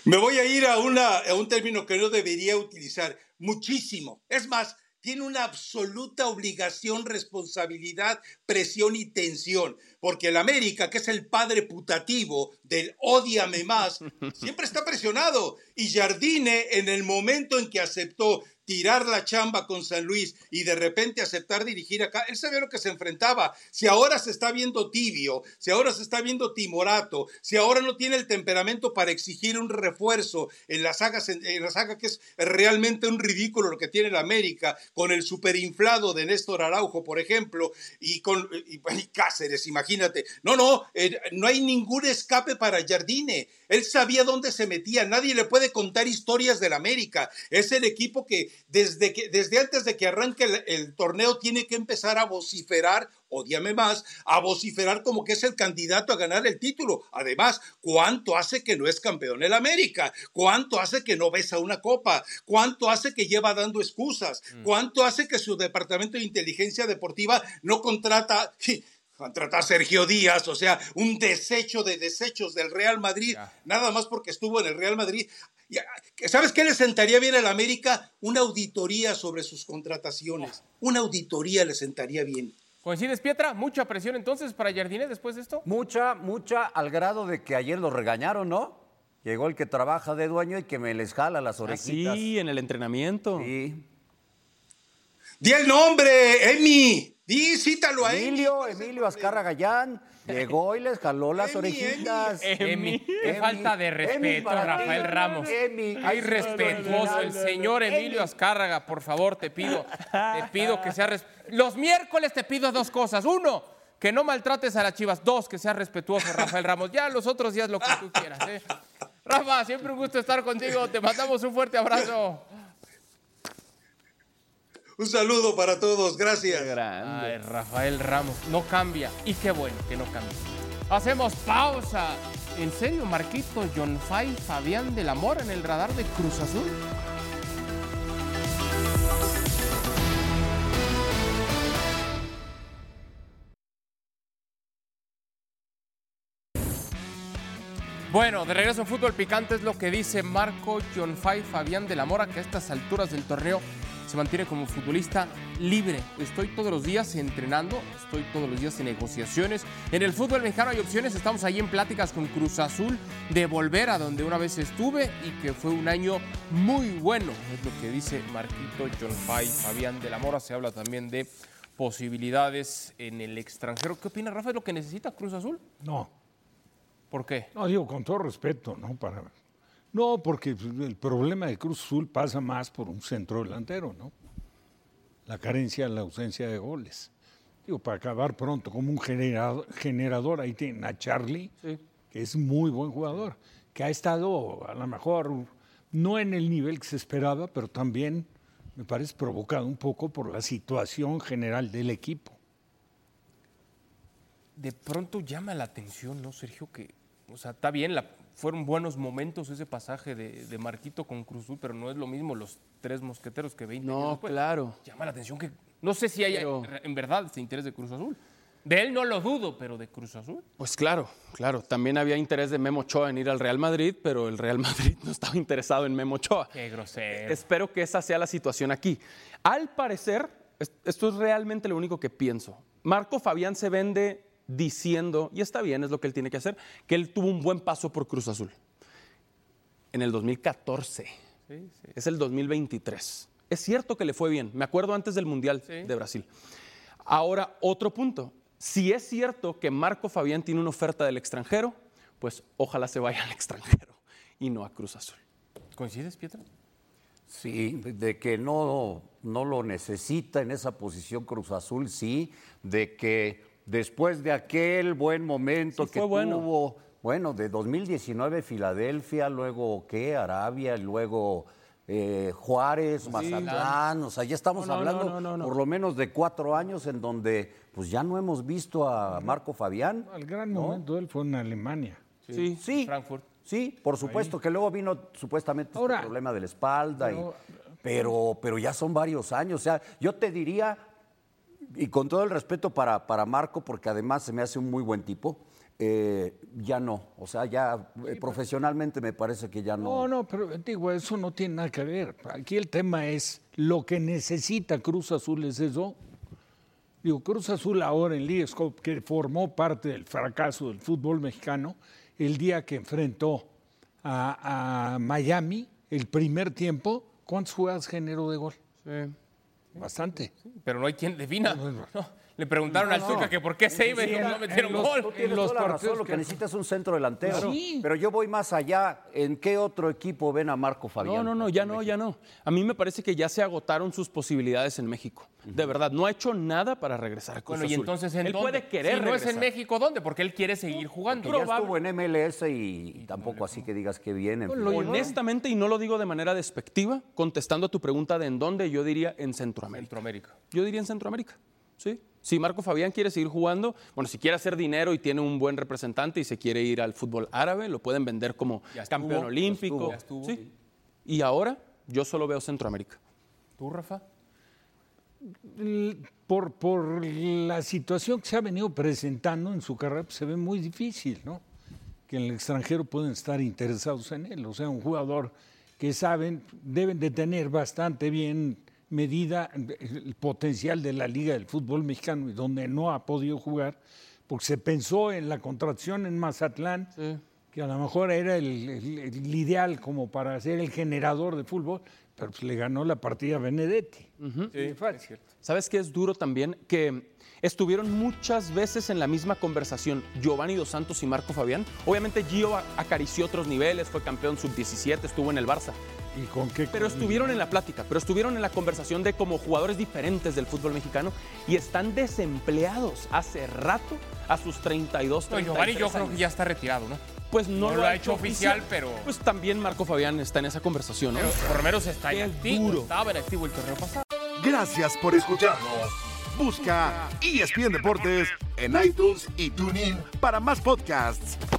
[SPEAKER 12] Me voy a ir a, una, a un término que no debería utilizar, muchísimo. Es más, tiene una absoluta obligación, responsabilidad, presión y tensión, porque el América, que es el padre putativo del ódiame más, siempre está presionado. Y Jardine, en el momento en que aceptó tirar la chamba con San Luis y de repente aceptar dirigir acá, él sabía lo que se enfrentaba. Si ahora se está viendo tibio, si ahora se está viendo timorato, si ahora no tiene el temperamento para exigir un refuerzo en la saga, en la saga que es realmente un ridículo lo que tiene el América, con el superinflado de Néstor Araujo, por ejemplo, y con y, y Cáceres, imagínate. No, no, eh, no hay ningún escape para Jardine. Él sabía dónde se metía. Nadie le puede contar historias del América. Es el equipo que desde, que, desde antes de que arranque el, el torneo tiene que empezar a vociferar, ódiame más, a vociferar como que es el candidato a ganar el título. Además, ¿cuánto hace que no es campeón el América? ¿Cuánto hace que no besa una copa? ¿Cuánto hace que lleva dando excusas? ¿Cuánto hace que su departamento de inteligencia deportiva no contrata... Contratar a Sergio Díaz, o sea, un desecho de desechos del Real Madrid, ya. Nada más porque estuvo en el Real Madrid. ¿Sabes qué le sentaría bien al América? Una auditoría sobre sus contrataciones. Una auditoría le sentaría bien.
[SPEAKER 2] ¿Coincides, Pietra? ¿Mucha presión entonces para Jardine después de esto?
[SPEAKER 3] Mucha, mucha, al grado de que ayer lo regañaron, ¿no? Llegó el que trabaja de dueño y que me les jala las orejitas.
[SPEAKER 4] Ah, sí, en el entrenamiento.
[SPEAKER 3] Sí.
[SPEAKER 12] ¡Di el nombre, Emi! Di, cítalo a
[SPEAKER 3] Emilio, Emilio Azcárraga Gallán llegó y les jaló las Emi, orejitas.
[SPEAKER 2] Emi, Emi. Qué Emi. Falta de respeto, Rafael ti. Ramos. Emi. Ay, respetuoso, el señor Emilio Azcárraga, por favor, te pido, te pido que sea... Res... Los miércoles te pido dos cosas. Uno, que no maltrates a las Chivas. Dos, que seas respetuoso, Rafael Ramos. Ya los otros días lo que tú quieras, ¿eh? Rafa, siempre un gusto estar contigo. Te mandamos un fuerte abrazo.
[SPEAKER 12] Un saludo para todos, gracias.
[SPEAKER 2] Ay, Rafael Ramos, no cambia. Y qué bueno que no cambia. Hacemos pausa. ¿En serio, Marquito, John Fay, Fabián de la Mora en el radar de Cruz Azul? Bueno, de regreso en Fútbol Picante es lo que dice Marco John Fay, Fabián de la Mora, que a estas alturas del torneo se mantiene como futbolista libre. Estoy todos los días entrenando, estoy todos los días en negociaciones. En el fútbol mexicano hay opciones, estamos ahí en pláticas con Cruz Azul de volver a donde una vez estuve y que fue un año muy bueno. Es lo que dice Marquito, John Fay, Fabián de la Mora. Se habla también de posibilidades en el extranjero. ¿Qué opina, Rafa? ¿Es lo que necesita Cruz Azul?
[SPEAKER 5] No.
[SPEAKER 2] ¿Por qué?
[SPEAKER 5] No, digo, con todo respeto, ¿no? Para... No, porque el problema de Cruz Azul pasa más por un centro delantero, ¿no? La carencia, la ausencia de goles. Digo, para acabar pronto, como un generador, generador ahí tienen a Charlie, sí, que es muy buen jugador, que ha estado a lo mejor no en el nivel que se esperaba, pero también me parece provocado un poco por la situación general del equipo.
[SPEAKER 2] De pronto llama la atención, ¿no, Sergio? Que, o sea, está bien, la, fueron buenos momentos ese pasaje de, de Marquito con Cruz Azul, pero no es lo mismo los tres mosqueteros que veinte
[SPEAKER 4] no,
[SPEAKER 2] años después.
[SPEAKER 4] Claro.
[SPEAKER 2] Llama la atención que, no sé si hay pero... en verdad ese interés de Cruz Azul. De él no lo dudo, pero de Cruz Azul.
[SPEAKER 4] Pues claro, claro. También había interés de Memo Ochoa en ir al Real Madrid, pero el Real Madrid no estaba interesado en Memo Ochoa.
[SPEAKER 2] Qué grosero.
[SPEAKER 4] Espero que esa sea la situación aquí. Al parecer, esto es realmente lo único que pienso. Marco Fabián se vende diciendo, y está bien, es lo que él tiene que hacer, que él tuvo un buen paso por Cruz Azul. En el dos mil catorce. Sí, sí. Es el dos mil veintitrés. Es cierto que le fue bien. Me acuerdo antes del Mundial sí. de Brasil. Ahora, otro punto. Si es cierto que Marco Fabián tiene una oferta del extranjero, pues ojalá se vaya al extranjero y no a Cruz Azul.
[SPEAKER 2] ¿Coincides, Pietro?
[SPEAKER 3] Sí, de que no, no lo necesita en esa posición Cruz Azul, sí. De que después de aquel buen momento sí, que tuvo, bueno. bueno, de dos mil diecinueve Filadelfia, luego ¿qué? Arabia, luego eh, Juárez, sí, Mazatlán, o sea, ya estamos no, no, hablando no, no, no, no. por lo menos de cuatro años en donde pues ya no hemos visto a Marco Fabián.
[SPEAKER 5] El gran
[SPEAKER 3] ¿no?
[SPEAKER 5] momento de él fue en Alemania.
[SPEAKER 3] Sí, sí,
[SPEAKER 2] Frankfurt.
[SPEAKER 3] Sí, por supuesto, ahí. Que luego vino supuestamente
[SPEAKER 5] Ahora,
[SPEAKER 3] este problema de la espalda,
[SPEAKER 5] pero,
[SPEAKER 3] y, pero, pero ya son varios años, o sea, yo te diría... y con todo el respeto para, para Marco, porque además se me hace un muy buen tipo, eh, ya no. O sea, ya eh, profesionalmente me parece que ya no.
[SPEAKER 5] No, no, pero digo, eso no tiene nada que ver. Aquí el tema es lo que necesita Cruz Azul es eso. Digo, Cruz Azul ahora en Leagues Cup, que formó parte del fracaso del fútbol mexicano, el día que enfrentó a, a Miami, el primer tiempo, ¿cuántas jugadas generó de gol?
[SPEAKER 2] Sí.
[SPEAKER 5] Bastante.
[SPEAKER 2] Sí, pero no hay quien defina.
[SPEAKER 5] No, no.
[SPEAKER 2] No. Le preguntaron
[SPEAKER 3] No,
[SPEAKER 2] al Tuca
[SPEAKER 3] no.
[SPEAKER 2] que por qué se iba y
[SPEAKER 3] Sí,
[SPEAKER 2] no
[SPEAKER 3] en-
[SPEAKER 2] metieron
[SPEAKER 3] en los-
[SPEAKER 2] gol.
[SPEAKER 3] Tú tienes
[SPEAKER 5] los
[SPEAKER 3] toda la razón,
[SPEAKER 5] partidos
[SPEAKER 3] lo que
[SPEAKER 5] que-
[SPEAKER 3] necesitas es un centro delantero.
[SPEAKER 4] Claro.
[SPEAKER 2] Sí.
[SPEAKER 3] Pero yo voy más allá. ¿En qué otro equipo ven a Marco Fabián?
[SPEAKER 4] No, no, no, ya no, ya no. A mí me parece que ya se agotaron sus posibilidades en México. De verdad, no ha hecho nada para regresar a Cruz
[SPEAKER 2] Bueno, y
[SPEAKER 4] Azul.
[SPEAKER 2] entonces ¿en
[SPEAKER 4] Él
[SPEAKER 2] dónde?
[SPEAKER 4] puede querer
[SPEAKER 2] Si no es en
[SPEAKER 4] regresar.
[SPEAKER 2] México, ¿dónde? Porque él quiere seguir jugando.
[SPEAKER 3] Que ya estuvo en M L S y, y tampoco así que digas que bien. en fin.
[SPEAKER 4] Honestamente, y no lo digo de manera despectiva, contestando a tu pregunta de en dónde, yo diría en Centroamérica.
[SPEAKER 2] Centroamérica.
[SPEAKER 4] Yo diría en Centroamérica, ¿sí? Si Marco Fabián quiere seguir jugando, bueno, si quiere hacer dinero y tiene un buen representante y se quiere ir al fútbol árabe, lo pueden vender como
[SPEAKER 2] Ya estuvo,
[SPEAKER 4] campeón
[SPEAKER 2] ya
[SPEAKER 4] olímpico.
[SPEAKER 2] estuvo, ya estuvo.
[SPEAKER 4] ¿sí? Y ahora yo solo veo Centroamérica.
[SPEAKER 2] ¿Tú, Rafa?
[SPEAKER 5] Por, por la situación que se ha venido presentando en su carrera, pues, se ve muy difícil, ¿no? Que en el extranjero pueden estar interesados en él. O sea, un jugador que saben, deben de tener bastante bien medida el potencial de la Liga del Fútbol Mexicano y donde no ha podido jugar, porque se pensó en la contratación en Mazatlán,
[SPEAKER 2] Sí.
[SPEAKER 5] que a lo mejor era el, el- el ideal como para ser el generador de fútbol, pero pues le ganó la partida a Benedetti.
[SPEAKER 2] Sí, fácil.
[SPEAKER 4] ¿Sabes qué es duro también? Que estuvieron muchas veces en la misma conversación Giovanni Dos Santos y Marco Fabián. Obviamente Gio a- acarició otros niveles, fue campeón sub diecisiete, estuvo en el Barça.
[SPEAKER 5] ¿Y con qué?
[SPEAKER 4] Pero estuvieron en la plática, pero estuvieron en la conversación de como jugadores diferentes del fútbol mexicano y están desempleados hace rato a sus treinta y dos,
[SPEAKER 2] No,
[SPEAKER 4] treinta y
[SPEAKER 2] Giovanni
[SPEAKER 4] tres
[SPEAKER 2] yo creo
[SPEAKER 4] años.
[SPEAKER 2] que ya está retirado, ¿no?
[SPEAKER 4] Pues no,
[SPEAKER 2] no lo ha hecho oficial, pero-
[SPEAKER 4] Pues también Marco Fabián está en esa conversación, ¿no?
[SPEAKER 2] Pero por lo menos está en
[SPEAKER 4] Qué
[SPEAKER 2] activo.
[SPEAKER 4] duro.
[SPEAKER 2] Estaba en activo el torneo pasado.
[SPEAKER 1] Gracias por escucharnos. Busca E S P N Deportes en iTunes y TuneIn para más podcasts.